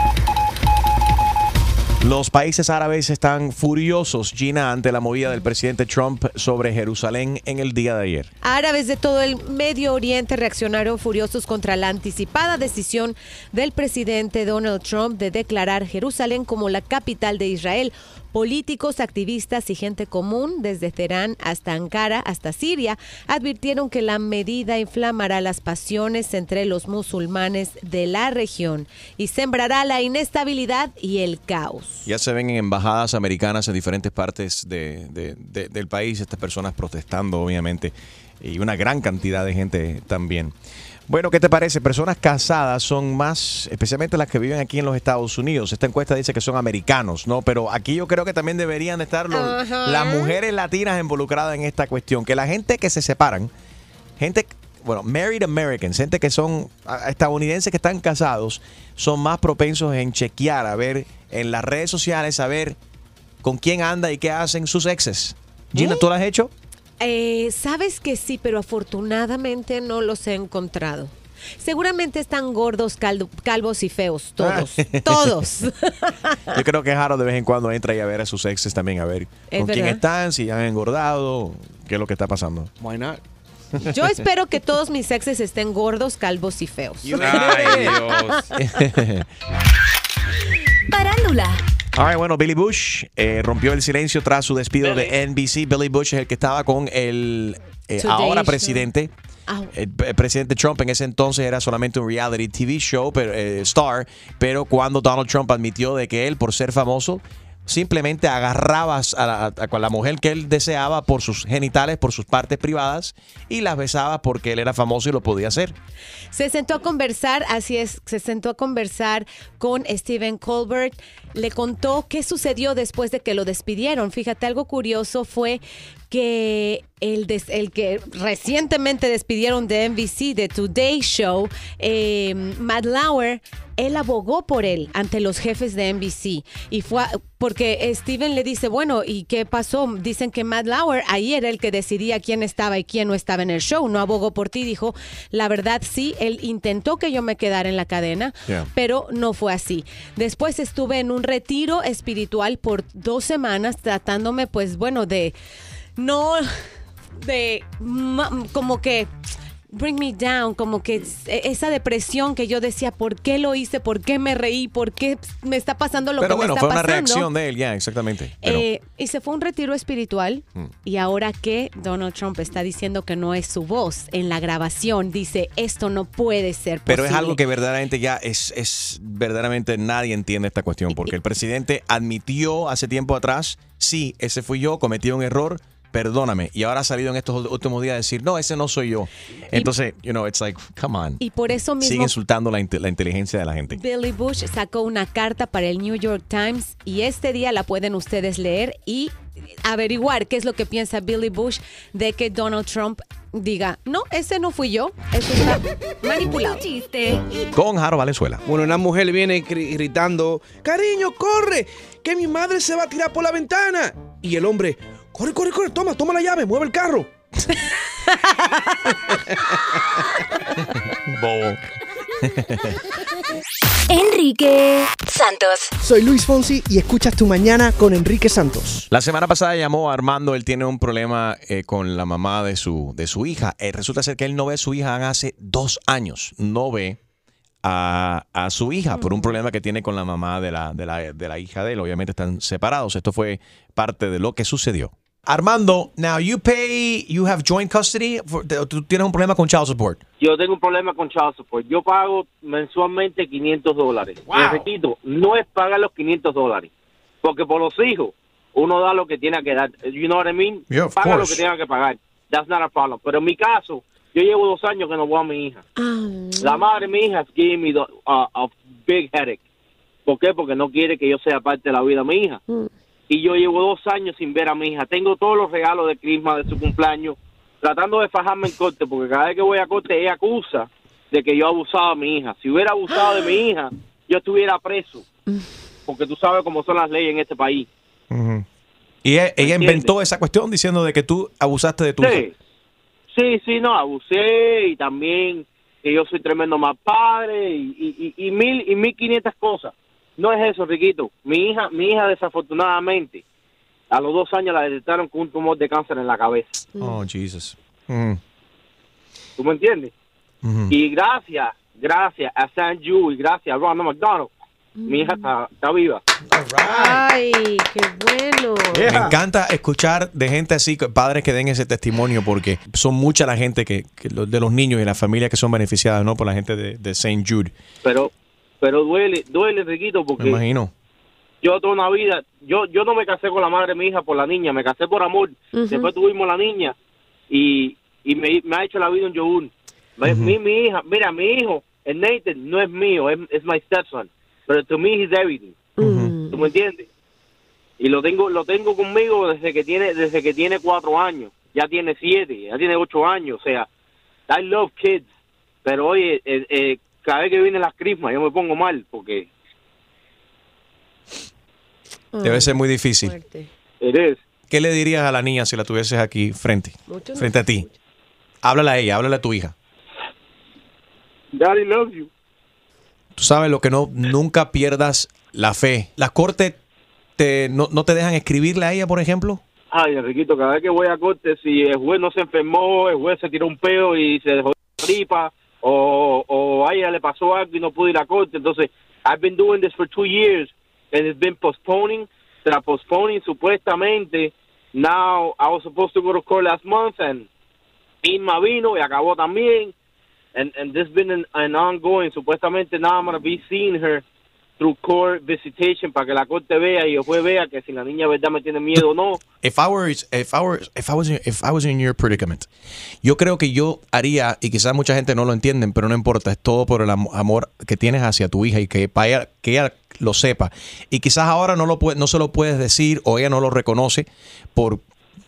Los países árabes están furiosos, Gina, ante la movida del presidente Trump sobre Jerusalén en el día de ayer. Árabes de todo el Medio Oriente reaccionaron furiosos contra la anticipada decisión del presidente Donald Trump de declarar Jerusalén como la capital de Israel. Políticos, activistas y gente común, desde Teherán hasta Ankara, hasta Siria, advirtieron que la medida inflamará las pasiones entre los musulmanes de la región y sembrará la inestabilidad y el caos. Ya se ven en embajadas americanas en diferentes partes de, de, de, del país, estas personas protestando, obviamente, y una gran cantidad de gente también. Bueno, ¿qué te parece? Personas casadas son más, especialmente las que viven aquí en los Estados Unidos. Esta encuesta dice que son americanos, ¿no? Pero aquí yo creo que también deberían estar los- Ajá. las mujeres latinas involucradas en esta cuestión. Que la gente que se separan, gente, bueno, married Americans, gente que son ah, estadounidenses que están casados, son más propensos en chequear, a ver en las redes sociales, a ver con quién anda y qué hacen sus exes. Gina, ¿Eh? ¿tú lo has hecho? Eh, Sabes que sí, pero afortunadamente no los he encontrado. Seguramente están gordos, caldo- calvos y feos, todos, todos. Yo creo que Jaro de vez en cuando entra y a ver a sus exes también, a ver Es con quién verdad. están, si han engordado, qué es lo que está pasando. Why not? Yo espero que todos mis exes estén gordos, calvos y feos. Ay, Dios. Parándula. All right, bueno, Billy Bush eh, rompió el silencio tras su despido de N B C. Billy Bush es el que estaba con el eh, Today ahora Show. presidente. Ah. El, el presidente Trump en ese entonces era solamente un reality T V show, pero, eh, star, pero cuando Donald Trump admitió de que él, por ser famoso, simplemente agarraba a la, a- a la mujer que él deseaba por sus genitales, por sus partes privadas, y las besaba porque él era famoso y lo podía hacer. Se sentó a conversar, así es, se sentó a conversar con Stephen Colbert. Le contó qué sucedió después de que lo despidieron. Fíjate, algo curioso fue que el, des, el que recientemente despidieron de N B C, de Today Show, eh, Matt Lauer, él abogó por él ante los jefes de N B C. Y fue a, porque Steven le dice, bueno, ¿y qué pasó? Dicen que Matt Lauer ahí era el que decidía quién estaba y quién no estaba en el show. No abogó por ti, dijo, la verdad sí, él intentó que yo me quedara en la cadena, yeah. pero no fue así. Después estuve en un retiro espiritual por dos semanas tratándome, pues bueno, de... No, de como que bring me down, como que esa depresión que yo decía, ¿por qué lo hice? ¿Por qué me reí? ¿Por qué me está pasando lo Pero que bueno, me está pasando? Pero bueno, fue una reacción de él, ya, exactamente. Pero... Eh, y se fue a un retiro espiritual hmm. y ahora que Donald Trump está diciendo que no es su voz en la grabación, dice, esto no puede ser posible. Pero es algo que verdaderamente ya es, es verdaderamente nadie entiende esta cuestión, porque el presidente admitió hace tiempo atrás, sí, ese fui yo, cometí un error, perdóname. Y ahora ha salido en estos últimos días a decir, no, ese no soy yo. Entonces, you know, it's like, come on. Y por eso mismo sigue insultando la, la inteligencia de la gente. Billy Bush sacó una carta para el New York Times y este día la pueden ustedes leer y averiguar qué es lo que piensa Billy Bush de que Donald Trump diga, no, ese no fui yo, eso está manipulado. Con Jaro Valenzuela. Bueno, una mujer viene gritando, cariño, corre, que mi madre se va a tirar por la ventana. Y el hombre, corre, corre, corre, toma, toma la llave, mueve el carro. Bobo. Enrique Santos. Soy Luis Fonsi y escuchas Tu Mañana con Enrique Santos. La semana pasada llamó a Armando, él tiene un problema eh, con la mamá de su, de su hija. Eh, resulta ser que él no ve a su hija hace dos años. No ve a, a su hija por un problema que tiene con la mamá de la, de, la, de la hija de él. Obviamente están separados. Esto fue parte de lo que sucedió. Armando, now you pay, you have joint custody, for, tú tienes un problema con child support. Yo tengo un problema con child support. Yo pago mensualmente quinientos dólares. Wow. Necesito, no es pagar los quinientos dólares, porque por los hijos uno da lo que tiene que dar. You know what I mean? Yeah, of Paga course. lo que tenga que pagar. That's not a problem. Pero en mi caso, yo llevo dos años que no veo a mi hija. Oh. La madre de mi hija gave me the, uh, a big headache. ¿Por qué? Porque no quiere que yo sea parte de la vida de mi hija. Mm. Y yo llevo dos años sin ver a mi hija. Tengo todos los regalos de Christmas, de su cumpleaños, tratando de fajarme en corte, porque cada vez que voy a corte ella acusa de que yo he abusado de mi hija. Si hubiera abusado de mi hija, yo estuviera preso, porque tú sabes cómo son las leyes en este país. Uh-huh. Y ella, ella inventó esa cuestión diciendo de que tú abusaste de tu sí. hija. Sí, sí, no, abusé y también que yo soy tremendo mal padre y, y, y, y mil y mil quinientas cosas. No es eso, Riquito. Mi hija, mi hija desafortunadamente, a los dos años la detectaron con un tumor de cáncer en la cabeza. Oh, Jesus. Mm. ¿Tú me entiendes? Mm-hmm. Y gracias, gracias a Saint Jude y gracias a Ronald McDonald, mm. mi hija está, está viva. All right. Ay, qué bueno. Yeah. Me encanta escuchar de gente así, padres que den ese testimonio, porque son mucha la gente que, que de los niños y las familias que son beneficiadas, ¿no? Por la gente de, de Saint Jude. Pero Pero duele, duele, Riquito, porque me imagino. Yo toda una vida, yo yo no me casé con la madre de mi hija por la niña, me casé por amor. Uh-huh. Después tuvimos la niña y, y me, me ha hecho la vida un yogur. Uh-huh. Mi, mi hija, mira, mi hijo, el Nathan, no es mío, es, es my stepson. Pero to me he's everything. Uh-huh. ¿Tú me entiendes? Y lo tengo lo tengo conmigo desde que tiene desde que tiene cuatro años. Ya tiene siete, ya tiene ocho años. O sea, I love kids. Pero oye, eh, eh, cada vez que vienen las crismas yo me pongo mal porque debe ser muy difícil. Eres. ¿Qué le dirías a la niña si la tuvieses aquí frente? Mucho frente no. a ti. Háblale a ella, háblale a tu hija. Daddy loves you. Tú sabes lo que no, nunca pierdas la fe. Las cortes te, no, no te dejan escribirle a ella, por ejemplo. Ay, Enriquito, cada vez que voy a corte, si el juez no se enfermó, el juez se tiró un pedo y se dejó de gripa, o, o a ella le pasó algo y no pudo ir a corte. Entonces, I've been doing this for two years and it's been postponing, se la postponing supuestamente. Now, I was supposed to go to court last month and Irma vino y acabó también. And and this been an, an ongoing, supuestamente now I'm going to be seeing her through court visitation para que la corte vea y el juez vea que si la niña verdad me tiene miedo o no. If I were, if I were, if I was, in, if I was in your predicament, yo creo que yo haría, y quizás mucha gente no lo entienden, pero no importa, es todo por el amor que tienes hacia tu hija y que para ella, que ella lo sepa. Y quizás ahora no lo puede, no se lo puedes decir o ella no lo reconoce por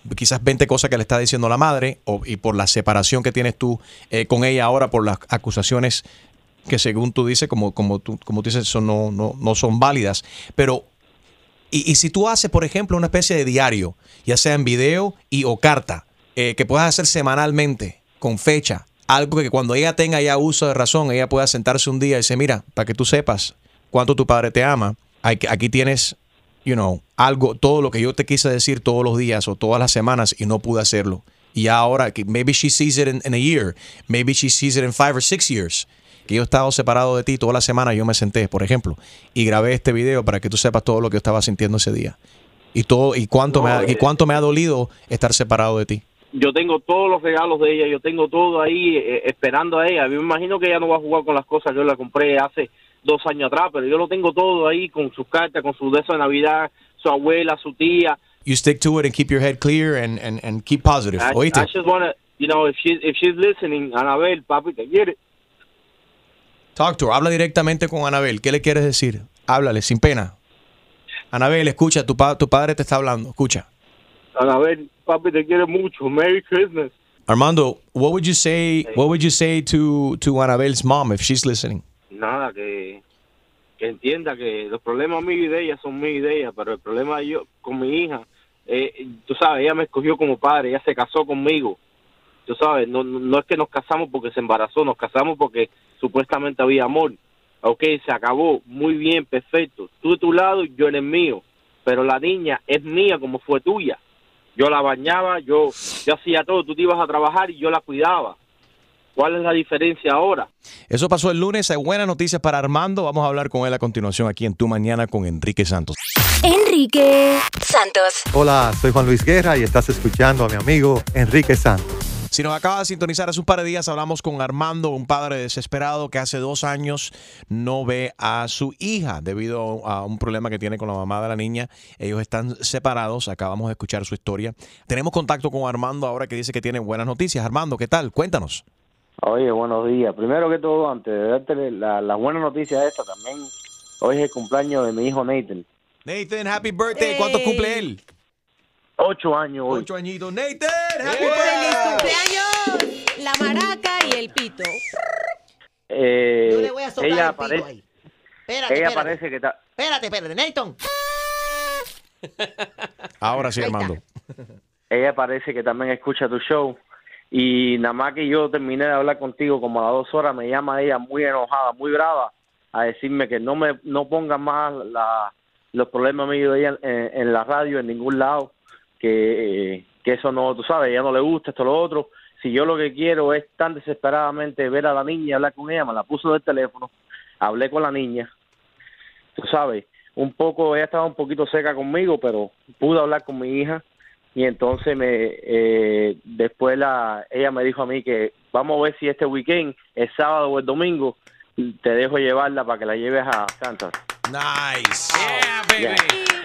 quizás veinte cosas que le está diciendo la madre o, y por la separación que tienes tú eh, con ella ahora, por las acusaciones que según tú dices, como, como, tú, como tú dices, son, no, no, no son válidas. Pero, y, y si tú haces, por ejemplo, una especie de diario, ya sea en video y o carta, eh, que puedas hacer semanalmente, con fecha, algo que cuando ella tenga ya uso de razón, ella pueda sentarse un día y decir, mira, para que tú sepas cuánto tu padre te ama, aquí, aquí tienes, you know, algo, todo lo que yo te quise decir todos los días o todas las semanas y no pude hacerlo. Y ahora, que maybe she sees it in, in a year, maybe she sees it in five or six years. Que yo he estado separado de ti toda la semana, yo me senté, por ejemplo, y grabé este video para que tú sepas todo lo que yo estaba sintiendo ese día. Y todo y cuánto, no, me ha, eh, y cuánto me ha dolido estar separado de ti. Yo tengo todos los regalos de ella, yo tengo todo ahí eh, esperando a ella. Yo me imagino que ella no va a jugar con las cosas que yo le compré hace dos años atrás, pero yo lo tengo todo ahí con sus cartas, con su de eso de Navidad, su abuela, su tía. You stick to it and keep your head clear and, and, and keep positive. I, ¿Oíste? I just wanna, you know, if, she, if she's listening, Anabel, papi, te quiere. Talk to her. Habla directamente con Anabel. ¿Qué le quieres decir? Háblale, sin pena. Anabel, escucha, tu, pa tu padre te está hablando. Escucha. Anabel, papi, te quiere mucho. Merry Christmas. Armando, what would you say? What would you say to to Anabel's mom if she's listening? Nada, que, que entienda que los problemas míos y de ella son míos y de ella, pero el problema de yo con mi hija, eh, tú sabes, ella me escogió como padre, ella se casó conmigo. Tú sabes, no, no es que nos casamos porque se embarazó, nos casamos porque supuestamente había amor. Ok, se acabó, muy bien, perfecto. Tú de tu lado, yo en el mío. Pero la niña es mía como fue tuya. Yo la bañaba, yo, yo hacía todo, tú te ibas a trabajar y yo la cuidaba. ¿Cuál es la diferencia ahora? Eso pasó el lunes, hay buenas noticias para Armando. Vamos a hablar con él a continuación aquí en Tu Mañana con Enrique Santos. Enrique Santos. Hola, soy Juan Luis Guerra y estás escuchando a mi amigo Enrique Santos. Si nos acaba de sintonizar hace un par de días, hablamos con Armando, un padre desesperado que hace dos años no ve a su hija debido a un problema que tiene con la mamá de la niña. Ellos están separados, acabamos de escuchar su historia. Tenemos contacto con Armando ahora que dice que tiene buenas noticias. Armando, ¿qué tal? Cuéntanos. Oye, buenos días. Primero que todo, antes de darte la, la buena noticia esta, también hoy es el cumpleaños de mi hijo Nathan. Nathan, happy birthday. ¿Cuánto Hey. cumple él? Ocho años hoy. Ocho añitos. Nathan, happy ¡Feliz birthday. cumpleaños! La maraca y el pito. Eh, Yo le voy a soplar ella el pito parece, ahí. Espérate, ella espérate. parece que está... Espérate, espérate, Nathan. Ahora sí, Armando. Ella parece que también escucha tu show. Y nada más que yo terminé de hablar contigo como a las dos horas, me llama ella muy enojada, muy brava, a decirme que no me no ponga más la, los problemas míos de ella en, en la radio, en ningún lado, que, eh, que eso no, tú sabes, a ella no le gusta esto, lo otro. Si yo lo que quiero es tan desesperadamente ver a la niña y hablar con ella, me la puso del teléfono, hablé con la niña, tú sabes, un poco, ella estaba un poquito seca conmigo, pero pude hablar con mi hija. Y entonces me eh, después la ella me dijo a mí que vamos a ver si este weekend, el sábado o el domingo, te dejo llevarla para que la lleves a Santa. Nice. Yeah, baby.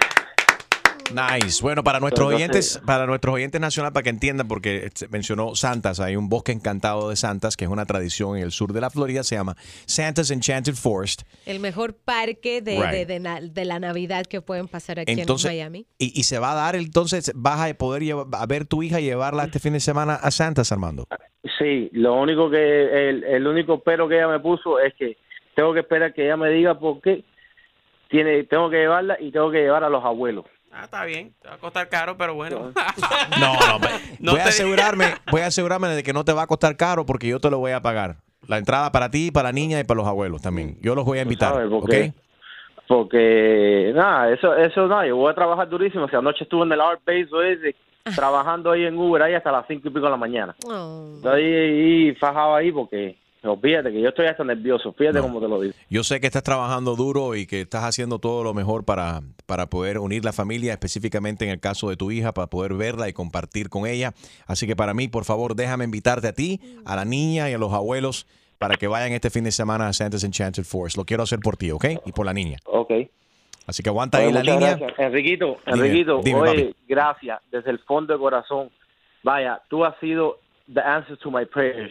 Nice. Bueno, para nuestros Entonces, oyentes, para nuestros oyentes nacionales, para que entiendan, porque mencionó Santas, hay un bosque encantado de Santas, que es una tradición en el sur de la Florida, se llama Santa's Enchanted Forest. El mejor parque de, Right. de, de, na- de la Navidad que pueden pasar aquí Entonces, en Miami. Y, y se va a dar, entonces, vas a poder llevar, a ver tu hija y llevarla este fin de semana a Santas, Armando. sí, lo único que el, el único pero que ella me puso es que tengo que esperar que ella me diga por qué tiene tengo que llevarla y tengo que llevar a los abuelos. Ah, está bien. Te va a costar caro, pero bueno. No, no, No voy, a te- asegurarme, voy a asegurarme de que no te va a costar caro porque yo te lo voy a pagar. La entrada para ti, para la niña y para los abuelos también. Yo los voy a invitar, ¿Sabes? Porque, ¿ok? porque nada, eso, eso nada, yo voy a trabajar durísimo. O sea, anoche estuve en el Art Base ese, trabajando ahí en Uber ahí hasta las cinco y pico de la mañana. Estoy ahí fajado ahí porque, fíjate que yo estoy hasta nervioso, fíjate cómo te lo digo. Yo sé que estás trabajando duro y que estás haciendo todo lo mejor para, para poder unir la familia, específicamente en el caso de tu hija, para poder verla y compartir con ella. Así que para mí, por favor, déjame invitarte a ti, a la niña y a los abuelos para que vayan este fin de semana a Santa's Enchanted Forest. Lo quiero hacer por ti, ¿ok? Y por la niña. Ok. Así que aguanta Oye, ahí la muchas línea. gracias. Enriquito, Dime, Enriquito, dime, oye, papi. gracias desde el fondo del corazón. Vaya, tú has sido the answer to my prayers.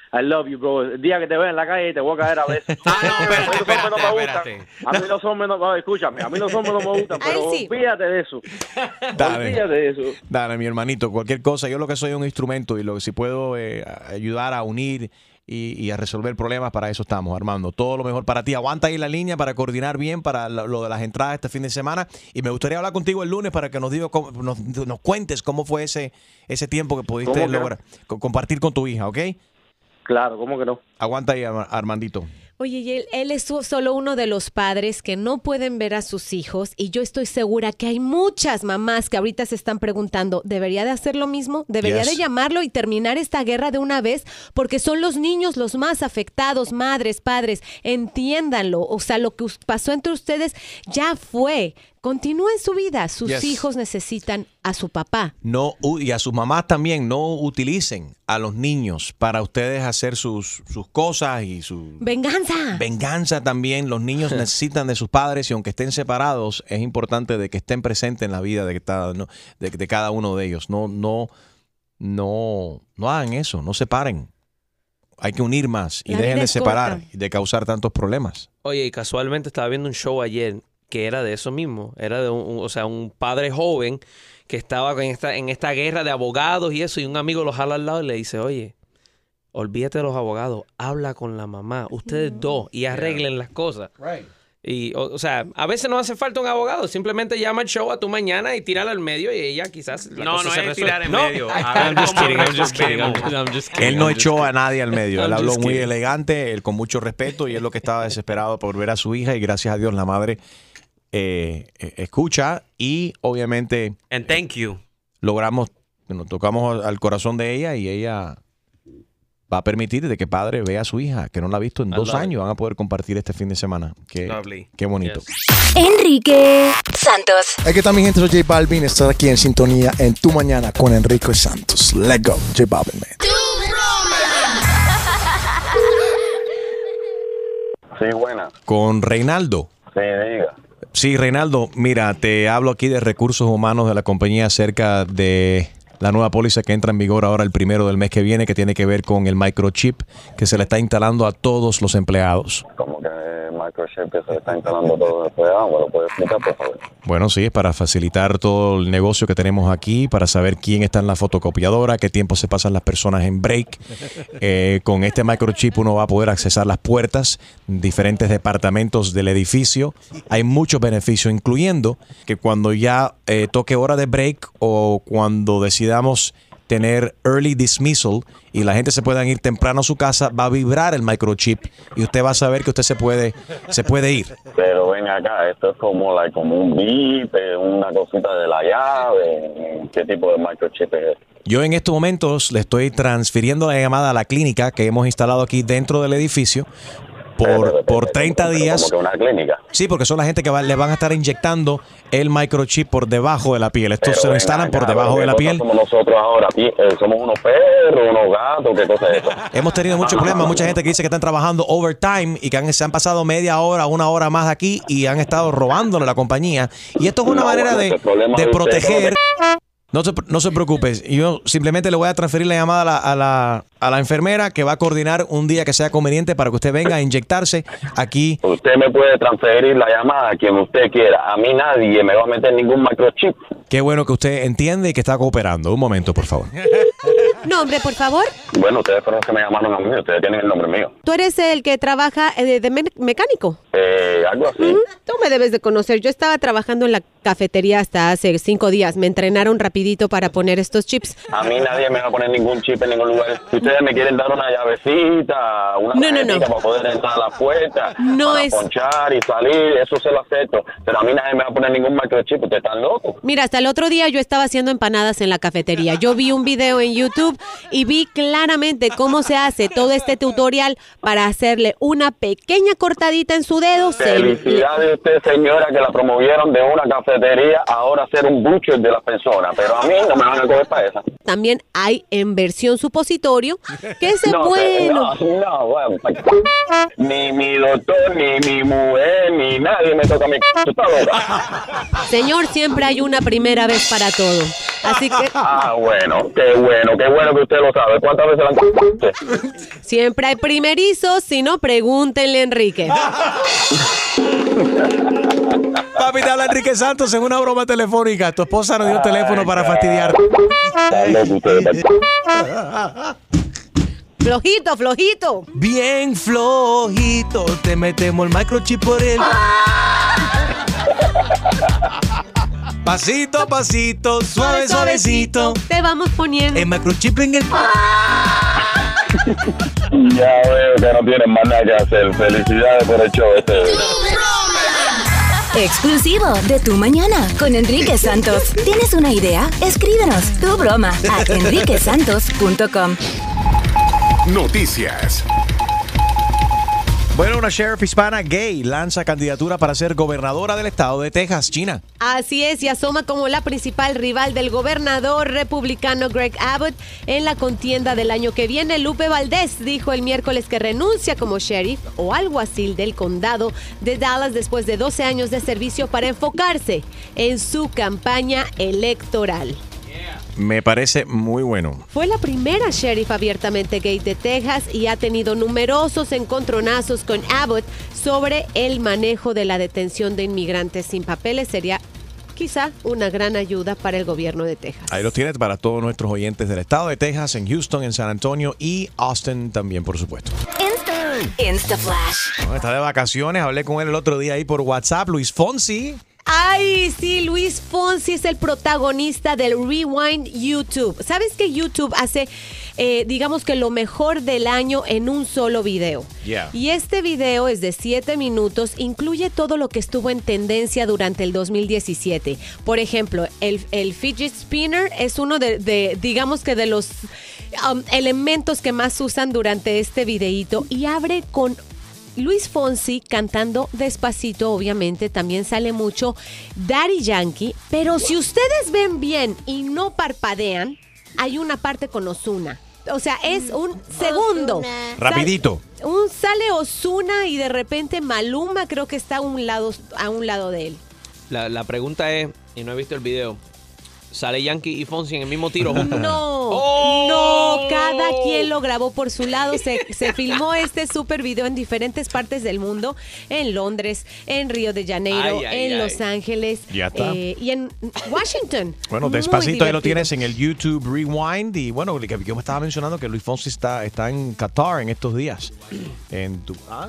I love you, bro. El día que te vea en la calle te voy a caer a veces. Ah, no, espérate, espérate, no me espérate. A mí los hombres no, no, escúchame, a mí los hombres no me gustan, pero sí. Olvídate de eso. Dale. Olvídate de eso. Dale, mi hermanito, cualquier cosa. Yo lo que soy es un instrumento y lo que si puedo eh, ayudar a unir y, y a resolver problemas, para eso estamos, Armando. Todo lo mejor para ti. Aguanta ahí la línea para coordinar bien para lo, lo de las entradas este fin de semana. Y me gustaría hablar contigo el lunes para que nos, digo, nos, nos cuentes cómo fue ese, ese tiempo que pudiste lograr, no? compartir con tu hija, ¿ok? Claro, ¿cómo que no? Aguanta ahí, Armandito. Oye, y él, él es solo uno de los padres que no pueden ver a sus hijos y yo estoy segura que hay muchas mamás que ahorita se están preguntando, ¿debería de hacer lo mismo? ¿Debería yes. de llamarlo y terminar esta guerra de una vez? Porque son los niños los más afectados, madres, padres, entiéndanlo. O sea, lo que pasó entre ustedes ya fue. Continúen su vida. Sus yes. hijos necesitan a su papá. No, y a sus mamás también. No utilicen a los niños para ustedes hacer sus, sus cosas y su... ¡Venganza! Venganza también. Los niños necesitan de sus padres y aunque estén separados, es importante de que estén presentes en la vida de cada, no, de, de cada uno de ellos. No, no, no, no hagan eso. No separen. Hay que unir más y la dejen de separar corta. y de causar tantos problemas. Oye, y casualmente estaba viendo un show ayer que era de eso mismo, era de un, un, o sea, un padre joven que estaba en esta, en esta guerra de abogados y eso, y un amigo lo jala al lado y le dice, oye, olvídate de los abogados, habla con la mamá, ustedes mm. dos, y arreglen yeah. las cosas. Right. Y, o, o sea, a veces no hace falta un abogado, simplemente llama al show a tu mañana y tírala al medio y ella quizás la No, cosa no se es resuelve. tirar en no. medio. I'm just kidding, I'm just kidding, I'm just, I'm just kidding. Él no echó kidding. a nadie al medio, él I'm habló muy kidding. elegante, él con mucho respeto y él lo que estaba desesperado por ver a su hija y gracias a Dios la madre eh, eh, escucha y obviamente And thank you. logramos, nos tocamos al corazón de ella y ella va a permitir de que padre vea a su hija, que no la ha visto en I dos love años. it. Van a poder compartir este fin de semana. Qué, Lovely. qué bonito. Yes. Enrique Santos. Es que también, gente, soy J Balvin. Estás aquí en sintonía en Tu Mañana con Enrique Santos. Let's go, J Balvin, man. Sí, buena. Con Reinaldo. Sí, diga. Sí, Reinaldo, mira, te hablo aquí de recursos humanos de la compañía acerca de la nueva póliza que entra en vigor ahora el primero del mes que viene, que tiene que ver con el microchip que se le está instalando a todos los empleados. ¿Cómo que el microchip que se le está instalando a todos los empleados? ¿Me lo puedes explicar, por favor? Bueno, sí, es para facilitar todo el negocio que tenemos aquí, para saber quién está en la fotocopiadora, qué tiempo se pasan las personas en break. Eh, con este microchip uno va a poder accesar las puertas, diferentes departamentos del edificio. Hay muchos beneficios, incluyendo que cuando ya eh, toque hora de break o cuando decida damos tener early dismissal y la gente se pueda ir temprano a su casa, va a vibrar el microchip y usted va a saber que usted se puede se puede ir. Pero ven acá, esto es como, like, como un bip, una cosita de la llave. ¿Qué tipo de microchip es? Yo en estos momentos le estoy transfiriendo la llamada a la clínica que hemos instalado aquí dentro del edificio por, por treinta días. ¿Como que una clínica? Sí, porque son la gente que va, le van a estar inyectando el microchip por debajo de la piel. Estos Pero se lo instalan acá, por debajo de la piel. Somos nosotros ahora, eh, somos unos perros, unos gatos, ¿qué cosa es eso? Hemos tenido muchos problemas, mucha gente que dice que están trabajando overtime y que han, se han pasado media hora, una hora más aquí y han estado robándole a la compañía. Y esto es una No, manera bueno, de, ese problema de de proteger... usted, No se, no se preocupe, yo simplemente le voy a transferir la llamada a la, a, la, a la enfermera que va a coordinar un día que sea conveniente para que usted venga a inyectarse aquí. Usted me puede transferir la llamada a quien usted quiera. A mí nadie me va a meter ningún microchip. Qué bueno que usted entiende y que está cooperando. Un momento, por favor. Nombre, por favor. Bueno, ustedes fueron los que me llamaron a mí. Ustedes tienen el nombre mío. ¿Tú eres el que trabaja eh, de me mecánico? Eh, algo así. Mm, tú me debes de conocer. Yo estaba trabajando en la cafetería hasta hace cinco días. Me entrenaron rapidito para poner estos chips. A mí nadie me va a poner ningún chip en ningún lugar. Si ustedes me quieren dar una llavecita, una no, no, no. para poder entrar a la puerta, no para es... ponchar y salir, eso se lo acepto. Pero a mí nadie me va a poner ningún microchip. Ustedes están locos. Mira, hasta el otro día yo estaba haciendo empanadas en la cafetería. Yo vi un video en YouTube y vi claramente cómo se hace todo este tutorial para hacerle una pequeña cortadita en su dedo. Felicidades a usted, señora, que la promovieron de una cafetería a ahora ser un butcher de las personas. Pero a mí no me van a coger para esa. También hay en versión supositorio, que es no, bueno. No, no, bueno, ni mi doctor, ni mi mujer, ni nadie me toca mi c***. ¿Tú estás loca? Señor, siempre hay una primera vez para todo. Así que... Ah, bueno, qué bueno, qué bueno que usted lo sabe. ¿Cuántas veces la han c***? Siempre hay primerizos, si no, pregúntenle a Enrique. Papi, te habla Enrique Santos en una broma telefónica. Tu esposa nos dio un teléfono para fastidiar. Flojito, flojito. Bien flojito, te metemos el microchip por él. Pasito a pasito, suave, suavecito. Te vamos poniendo el microchip en el... Ya veo que no tienen más nada que hacer. Felicidades por el show este. Exclusivo de Tu Mañana con Enrique Santos. ¿Tienes una idea? Escríbenos tu broma a enrique santos punto com. Noticias. Bueno, una sheriff hispana gay lanza candidatura para ser gobernadora del estado de Texas, China. Así es, y asoma como la principal rival del gobernador republicano Greg Abbott en la contienda del año que viene. Lupe Valdés dijo el miércoles que renuncia como sheriff o alguacil del condado de Dallas después de doce años de servicio para enfocarse en su campaña electoral. Me parece muy bueno. Fue la primera sheriff abiertamente gay de Texas y ha tenido numerosos encontronazos con Abbott sobre el manejo de la detención de inmigrantes sin papeles. Sería quizá una gran ayuda para el gobierno de Texas. Ahí los tienes para todos nuestros oyentes del estado de Texas, en Houston, en San Antonio y Austin también, por supuesto. Insta, Insta Flash. No, está de vacaciones, hablé con él el otro día ahí por WhatsApp, Luis Fonsi. Ay, sí, Luis Fonsi es el protagonista del Rewind YouTube. ¿Sabes que YouTube hace, eh, digamos que lo mejor del año en un solo video? Yeah. Y este video es de siete minutos, incluye todo lo que estuvo en tendencia durante el dos mil diecisiete. Por ejemplo, el, el fidget spinner es uno de, de digamos que de los um, elementos que más usan durante este videíto y abre con Luis Fonsi cantando despacito, obviamente, también sale mucho Daddy Yankee, pero si ustedes ven bien y no parpadean, hay una parte con Ozuna. O sea, es un segundo. Ozuna. Rapidito. Sal, un sale Ozuna y de repente Maluma creo que está a un lado, a un lado de él. La, la pregunta es, y no he visto el video, ¿sale Yankee y Fonsi en el mismo tiro juntos? No, Oh. no, cada quien lo grabó por su lado. Se, se filmó este super video en diferentes partes del mundo, en Londres, en Río de Janeiro, Ay, ay, en ay. Los Ángeles Ya está. eh, y en Washington. Bueno, Muy despacito ahí lo divertido. tienes en el YouTube Rewind. Y bueno, que yo me estaba mencionando que Luis Fonsi está, está en Qatar en estos días. En tu, ¿ah?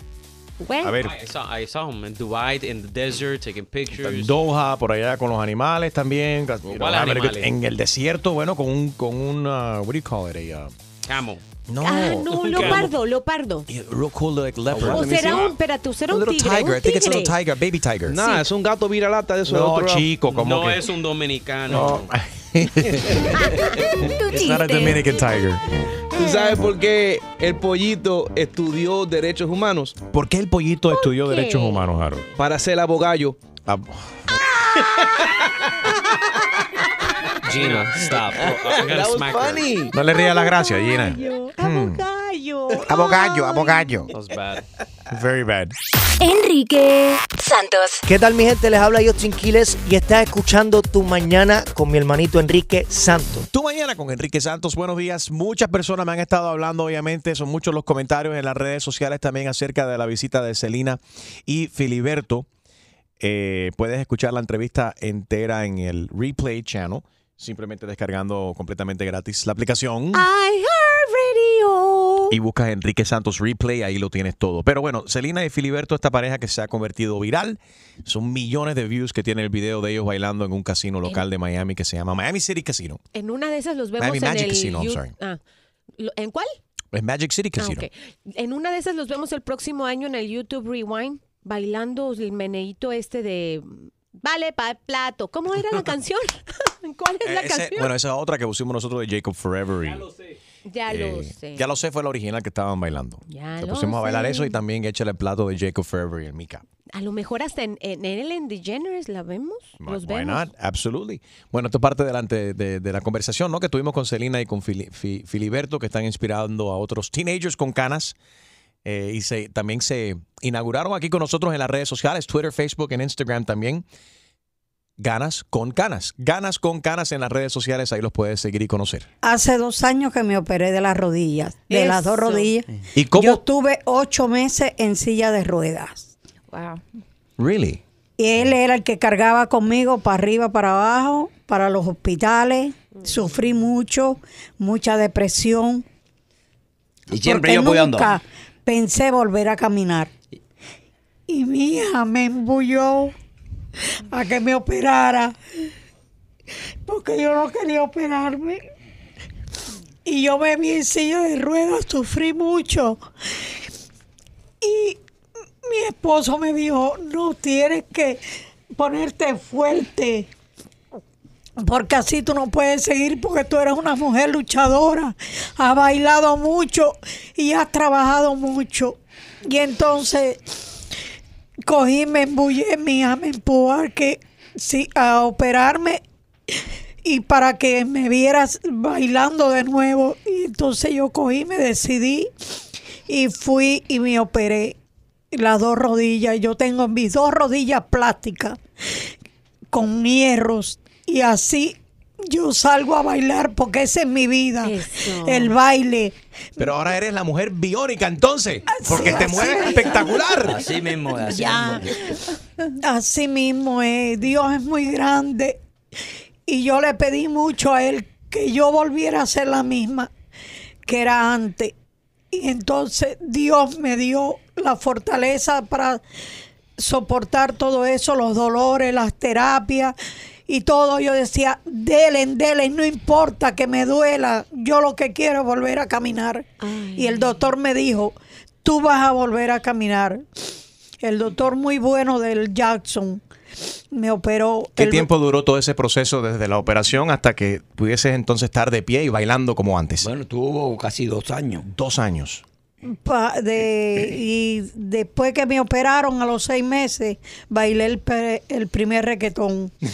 Bueno. A ver. I saw, I saw him in Dubai, in the desert, taking pictures. En Doha, por allá con los animales también. ¿Cuáles animales? En el desierto, bueno, con un, con un, uh, what do you call it? A, uh, Camel. no. Ah, no, leopardo, leopardo. Yeah, real cool like leopard. O será un, espérate, será A un little tigre, tiger. un I think it's a little tigre. tiger, baby tiger. Nah, Sí. es un gato viralata de eso. de No, otro lado. chico, como No que... es un dominicano. No. It's not a Dominican tiger. ¿Tú sabes por qué el pollito estudió derechos humanos? ¿Por qué el pollito estudió qué? derechos humanos, Harold? Para ser abogado. Ab- Gina, stop. I'm gonna That was smack her. funny. No le rías la gracia, Gina. Abogallo. Abogallo, abogallo. That was bad. Very bad. Enrique Santos. ¿Qué tal, mi gente? Les habla Justin Quiles y estás escuchando Tu Mañana con mi hermanito Enrique Santos. Tu Mañana con Enrique Santos, buenos días. Muchas personas me han estado hablando, obviamente, son muchos los comentarios en las redes sociales también acerca de la visita de Selena y Filiberto. Eh, puedes escuchar la entrevista entera en el Replay Channel, simplemente descargando completamente gratis la aplicación. iHeartRadio. Y buscas Enrique Santos Replay, ahí lo tienes todo. Pero bueno, Selena y Filiberto, esta pareja que se ha convertido viral, son millones de views que tiene el video de ellos bailando en un casino local de Miami que se llama Miami City Casino. En una de esas los vemos Miami en Magic el Casino, I'm You- sorry. ah, lo- ¿en cuál? Es Magic City Ah, Casino. ok. En una de esas los vemos el próximo año en el YouTube Rewind, bailando el meneíto este de Vale pa' plato. ¿Cómo era la canción? ¿Cuál es la Eh, ese- canción? bueno, esa es otra que pusimos nosotros de Jacob Forever. Y, Ya lo eh, sé. Ya lo sé, fue la original que estaban bailando. Ya Le lo pusimos a bailar sé. eso y también échale el plato de Jacob Forever y el Mika. A lo mejor hasta en, en Ellen DeGeneres la vemos. Los Why vemos. not? Absolutely. Bueno, esto es parte delante de, de la conversación, ¿no? Que tuvimos con Selena y con Fili- Fi- Filiberto, que están inspirando a otros teenagers con canas Eh, y se, también se inauguraron aquí con nosotros en las redes sociales, Twitter, Facebook, en Instagram también. Ganas con Canas. Ganas con Canas en las redes sociales, ahí los puedes seguir y conocer. Hace dos años que me operé de las rodillas, de Eso. las dos rodillas. ¿Y cómo? Yo estuve ocho meses en silla de ruedas. Wow. Really? Y él era el que cargaba conmigo para arriba, para abajo, para los hospitales. Sufrí mucho, mucha depresión. Y siempre porque yo apoyando. nunca pensé volver a caminar. Y mi hija me embulló a que me operara. Porque yo no quería operarme. Y yo me vi en silla de ruedas, sufrí mucho. Y mi esposo me dijo, no, tienes que ponerte fuerte. Porque así tú no puedes seguir, porque tú eres una mujer luchadora. Has bailado mucho y has trabajado mucho. Y entonces cogí, me embullé, mi hija me empujó a, que, sí, a operarme y para que me vieras bailando de nuevo. Y entonces yo cogí, me decidí y fui y me operé las dos rodillas. Yo tengo mis dos rodillas plásticas con hierros. Y así yo salgo a bailar porque esa es mi vida, Eso. el baile. Pero ahora eres la mujer biónica entonces, porque Sí, te así mueves mismo. espectacular. Así mismo, así Ya. mismo. Así mismo es, Dios es muy grande. Y yo le pedí mucho a él que yo volviera a ser la misma que era antes. Y entonces Dios me dio la fortaleza para soportar todo eso, los dolores, las terapias y todo. Yo decía, dele, dele, no importa que me duela, yo lo que quiero es volver a caminar. Ay. Y el doctor me dijo, tú vas a volver a caminar. El doctor muy bueno del Jackson me operó. ¿Qué El- tiempo duró todo ese proceso desde la operación hasta que pudieses entonces estar de pie y bailando como antes? Bueno, tuvo casi dos años. Dos años. Pa- de, y después que me operaron a los seis meses, bailé el, pe- el primer reggaetón. ¿Y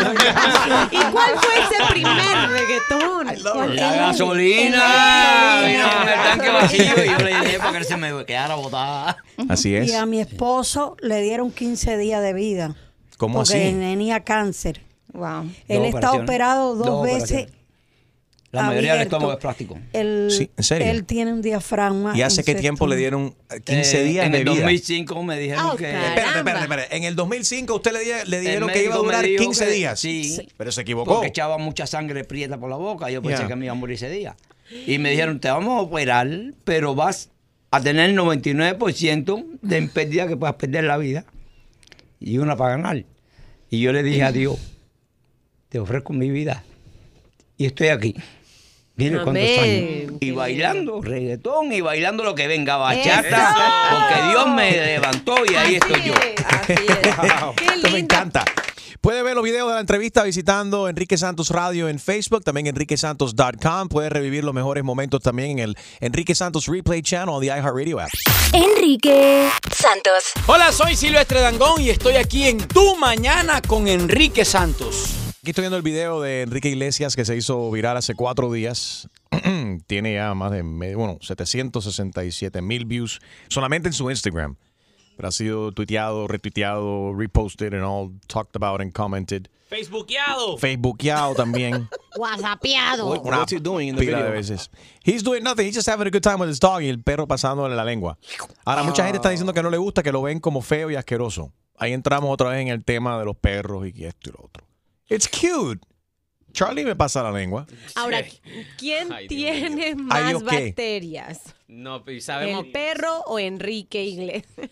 cuál fue ese primer reggaetón? ¿Cuál La era? gasolina. El- Vino con el tanque vacío y yo le dije para que se me quedara botada. Así es. Y a mi esposo le dieron quince días de vida. ¿Cómo porque así? tenía cáncer. Wow. Él Dos está operaciones. operado dos, Dos veces. operaciones. La mayoría del abierto. estómago es plástico. Él, Sí, ¿en serio? Él tiene un diafragma. ¿Y hace qué en tiempo sexto. le dieron quince Eh, días en de el vida? dos mil cinco me dijeron Oh, que... caramba. Espérate, espérate, espérate. En el dos mil cinco usted le, di- le dijeron El que iba a médico me durar dijo quince que- días. Sí. Pero se equivocó. Porque echaba mucha sangre prieta por la boca. Yo pensé Ya. que me iba a morir ese día. Y me dijeron, te vamos a operar, pero vas a tener noventa y nueve por ciento de pérdida que puedas perder la vida. Y una para ganar. Y yo le dije a Dios, te ofrezco mi vida. Y estoy aquí. Mire cuántos Amén. años. Y bailando reggaetón y bailando lo que venga, ¡Eso! bachata. Porque Dios me levantó y ahí estoy yo. Así es. Qué Esto me lindo. encanta. Puede ver los videos de la entrevista visitando Enrique Santos Radio en Facebook, también enrique santos punto com. Puede revivir los mejores momentos también en el Enrique Santos Replay Channel de iHeartRadio app. Enrique Santos. Hola, soy Silvestre Dangond y estoy aquí en Tu Mañana con Enrique Santos. Aquí estoy viendo el video de Enrique Iglesias que se hizo viral hace cuatro días. Tiene ya más de, medio- bueno, setecientos sesenta y siete mil views solamente en su Instagram. Pero ha sido tuiteado, retuiteado, reposted and all talked about and commented. Facebookeado. Facebookeado también. Whatsappeado. What- what's he doing in the Pila de video? veces. He's doing nothing. He's just having a good time with his dog y el perro pasándole la lengua. Ahora, mucha gente está diciendo que no le gusta, que lo ven como feo y asqueroso. Ahí entramos otra vez en el tema de los perros y esto y lo otro. It's cute. Charlie me pasa la lengua. Ahora, ¿quién Ay, Dios tiene Ay, más Dios, ¿qué? bacterias? No, pero sabemos. ¿El perro o Enrique Iglesias?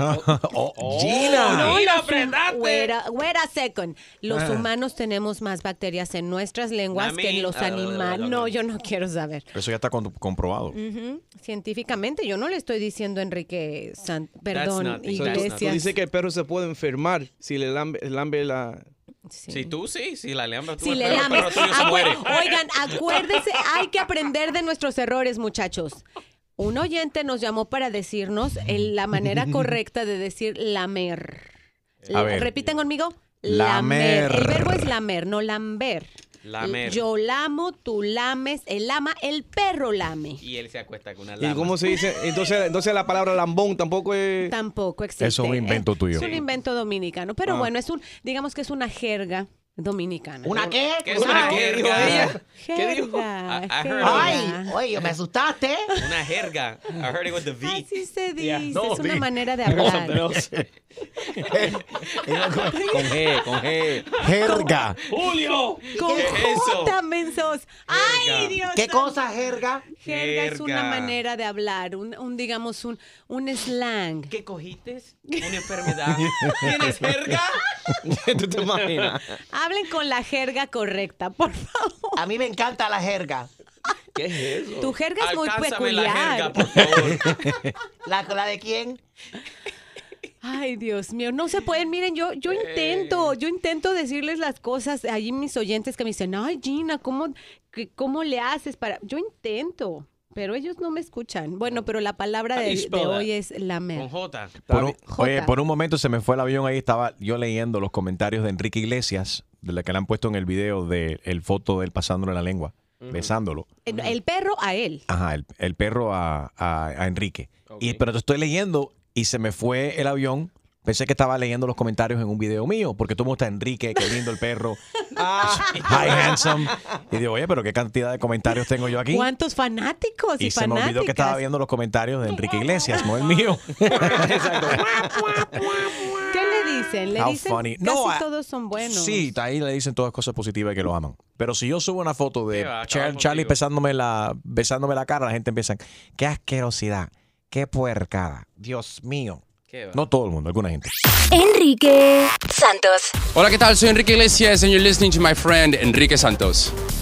Oh, Gina. No, Mira, los- apretate. wait a, wait a second. Los Ah. humanos tenemos más bacterias en nuestras lenguas Mami. que en los Ah, animales. No, yo no quiero saber. Eso ya está con- comprobado. Ujú. Científicamente, yo no le estoy diciendo a Enrique Sant perdón, nothing. So, tú- Iglesias. tú dices que el perro se puede enfermar si le lambe, lambe la... Si tú sí, si la lembra tú. Si el le perro, el lames. perro tuyo se Acu- muere. Oigan, acuérdense, hay que aprender de nuestros errores, muchachos. Un oyente nos llamó para decirnos el- la manera correcta de decir lamer. A ver. Repiten conmigo. Lamer. El verbo es lamer, no lamber. Lamer. Yo lamo, tú lames, él lama, el perro lame. Y él se acuesta con una lama. ¿Y cómo se dice? Entonces, entonces la palabra lambón tampoco es... Tampoco existe. Eso es un invento Eh, tuyo. Es un invento dominicano. Pero Ah. bueno, es un, digamos que es una jerga dominicana. ¿Una qué? ¿Qué es una jerga? Jerga. I- I heard Ay, oye, me asustaste. Una jerga. I heard it with the V. Así se dice, Yeah. No, es una di. manera de hablar. Con G, con G. Jerga. Julio. Con ¿Qué es eso? J, mensos. Ay, Dios. ¿Qué santo. cosa, jerga? Jerga es una Jerga. manera de hablar, un, un, digamos, un, un slang. ¿Qué cogiste? Una enfermedad. ¿Tienes jerga? ¿Tú te imaginas? Hablen con la jerga correcta, por favor. A mí me encanta la jerga. ¿Qué es eso? Tu jerga es muy Alcánzame la peculiar. jerga, por favor. ¿La, la de quién? Ay, Dios mío, no se pueden. Miren, yo, yo intento, yo intento decirles las cosas. Allí mis oyentes que me dicen, ay, Gina, ¿cómo, qué- cómo le haces para...? Yo intento, pero ellos no me escuchan. Bueno, pero la palabra How do de, you spell de that? hoy es lamer. Con J. Por un, J. oye, por un momento se me fue el avión ahí, estaba yo leyendo los comentarios de Enrique Iglesias, de la que le han puesto en el video de el foto de él pasándole la lengua, besándolo. El, el perro a él. Ajá, el, el perro a, a- a Enrique. Y, pero te estoy leyendo y se me fue el avión. Pensé que estaba leyendo los comentarios en un video mío, porque todo el mundo está Enrique, qué lindo el perro. Hi, handsome. Y digo, oye, pero qué cantidad de comentarios tengo yo aquí. ¿Cuántos fanáticos y, Y se me fanáticas? olvidó que estaba viendo los comentarios de Enrique Iglesias, no el mío. ¿Qué le dicen? Le How dicen funny. casi No, ah, todos son buenos. Sí, ahí le dicen todas cosas positivas y que lo aman. Pero si yo subo una foto de ¿Qué va? Char- Acabar Charlie contigo. besándome la, besándome la cara, la gente empieza, qué asquerosidad, qué puercada, Dios mío. ¿Qué va? No todo el mundo, alguna gente. Enrique Santos. Hola, ¿qué tal? Soy Enrique Iglesias and you're listening to my friend Enrique Santos.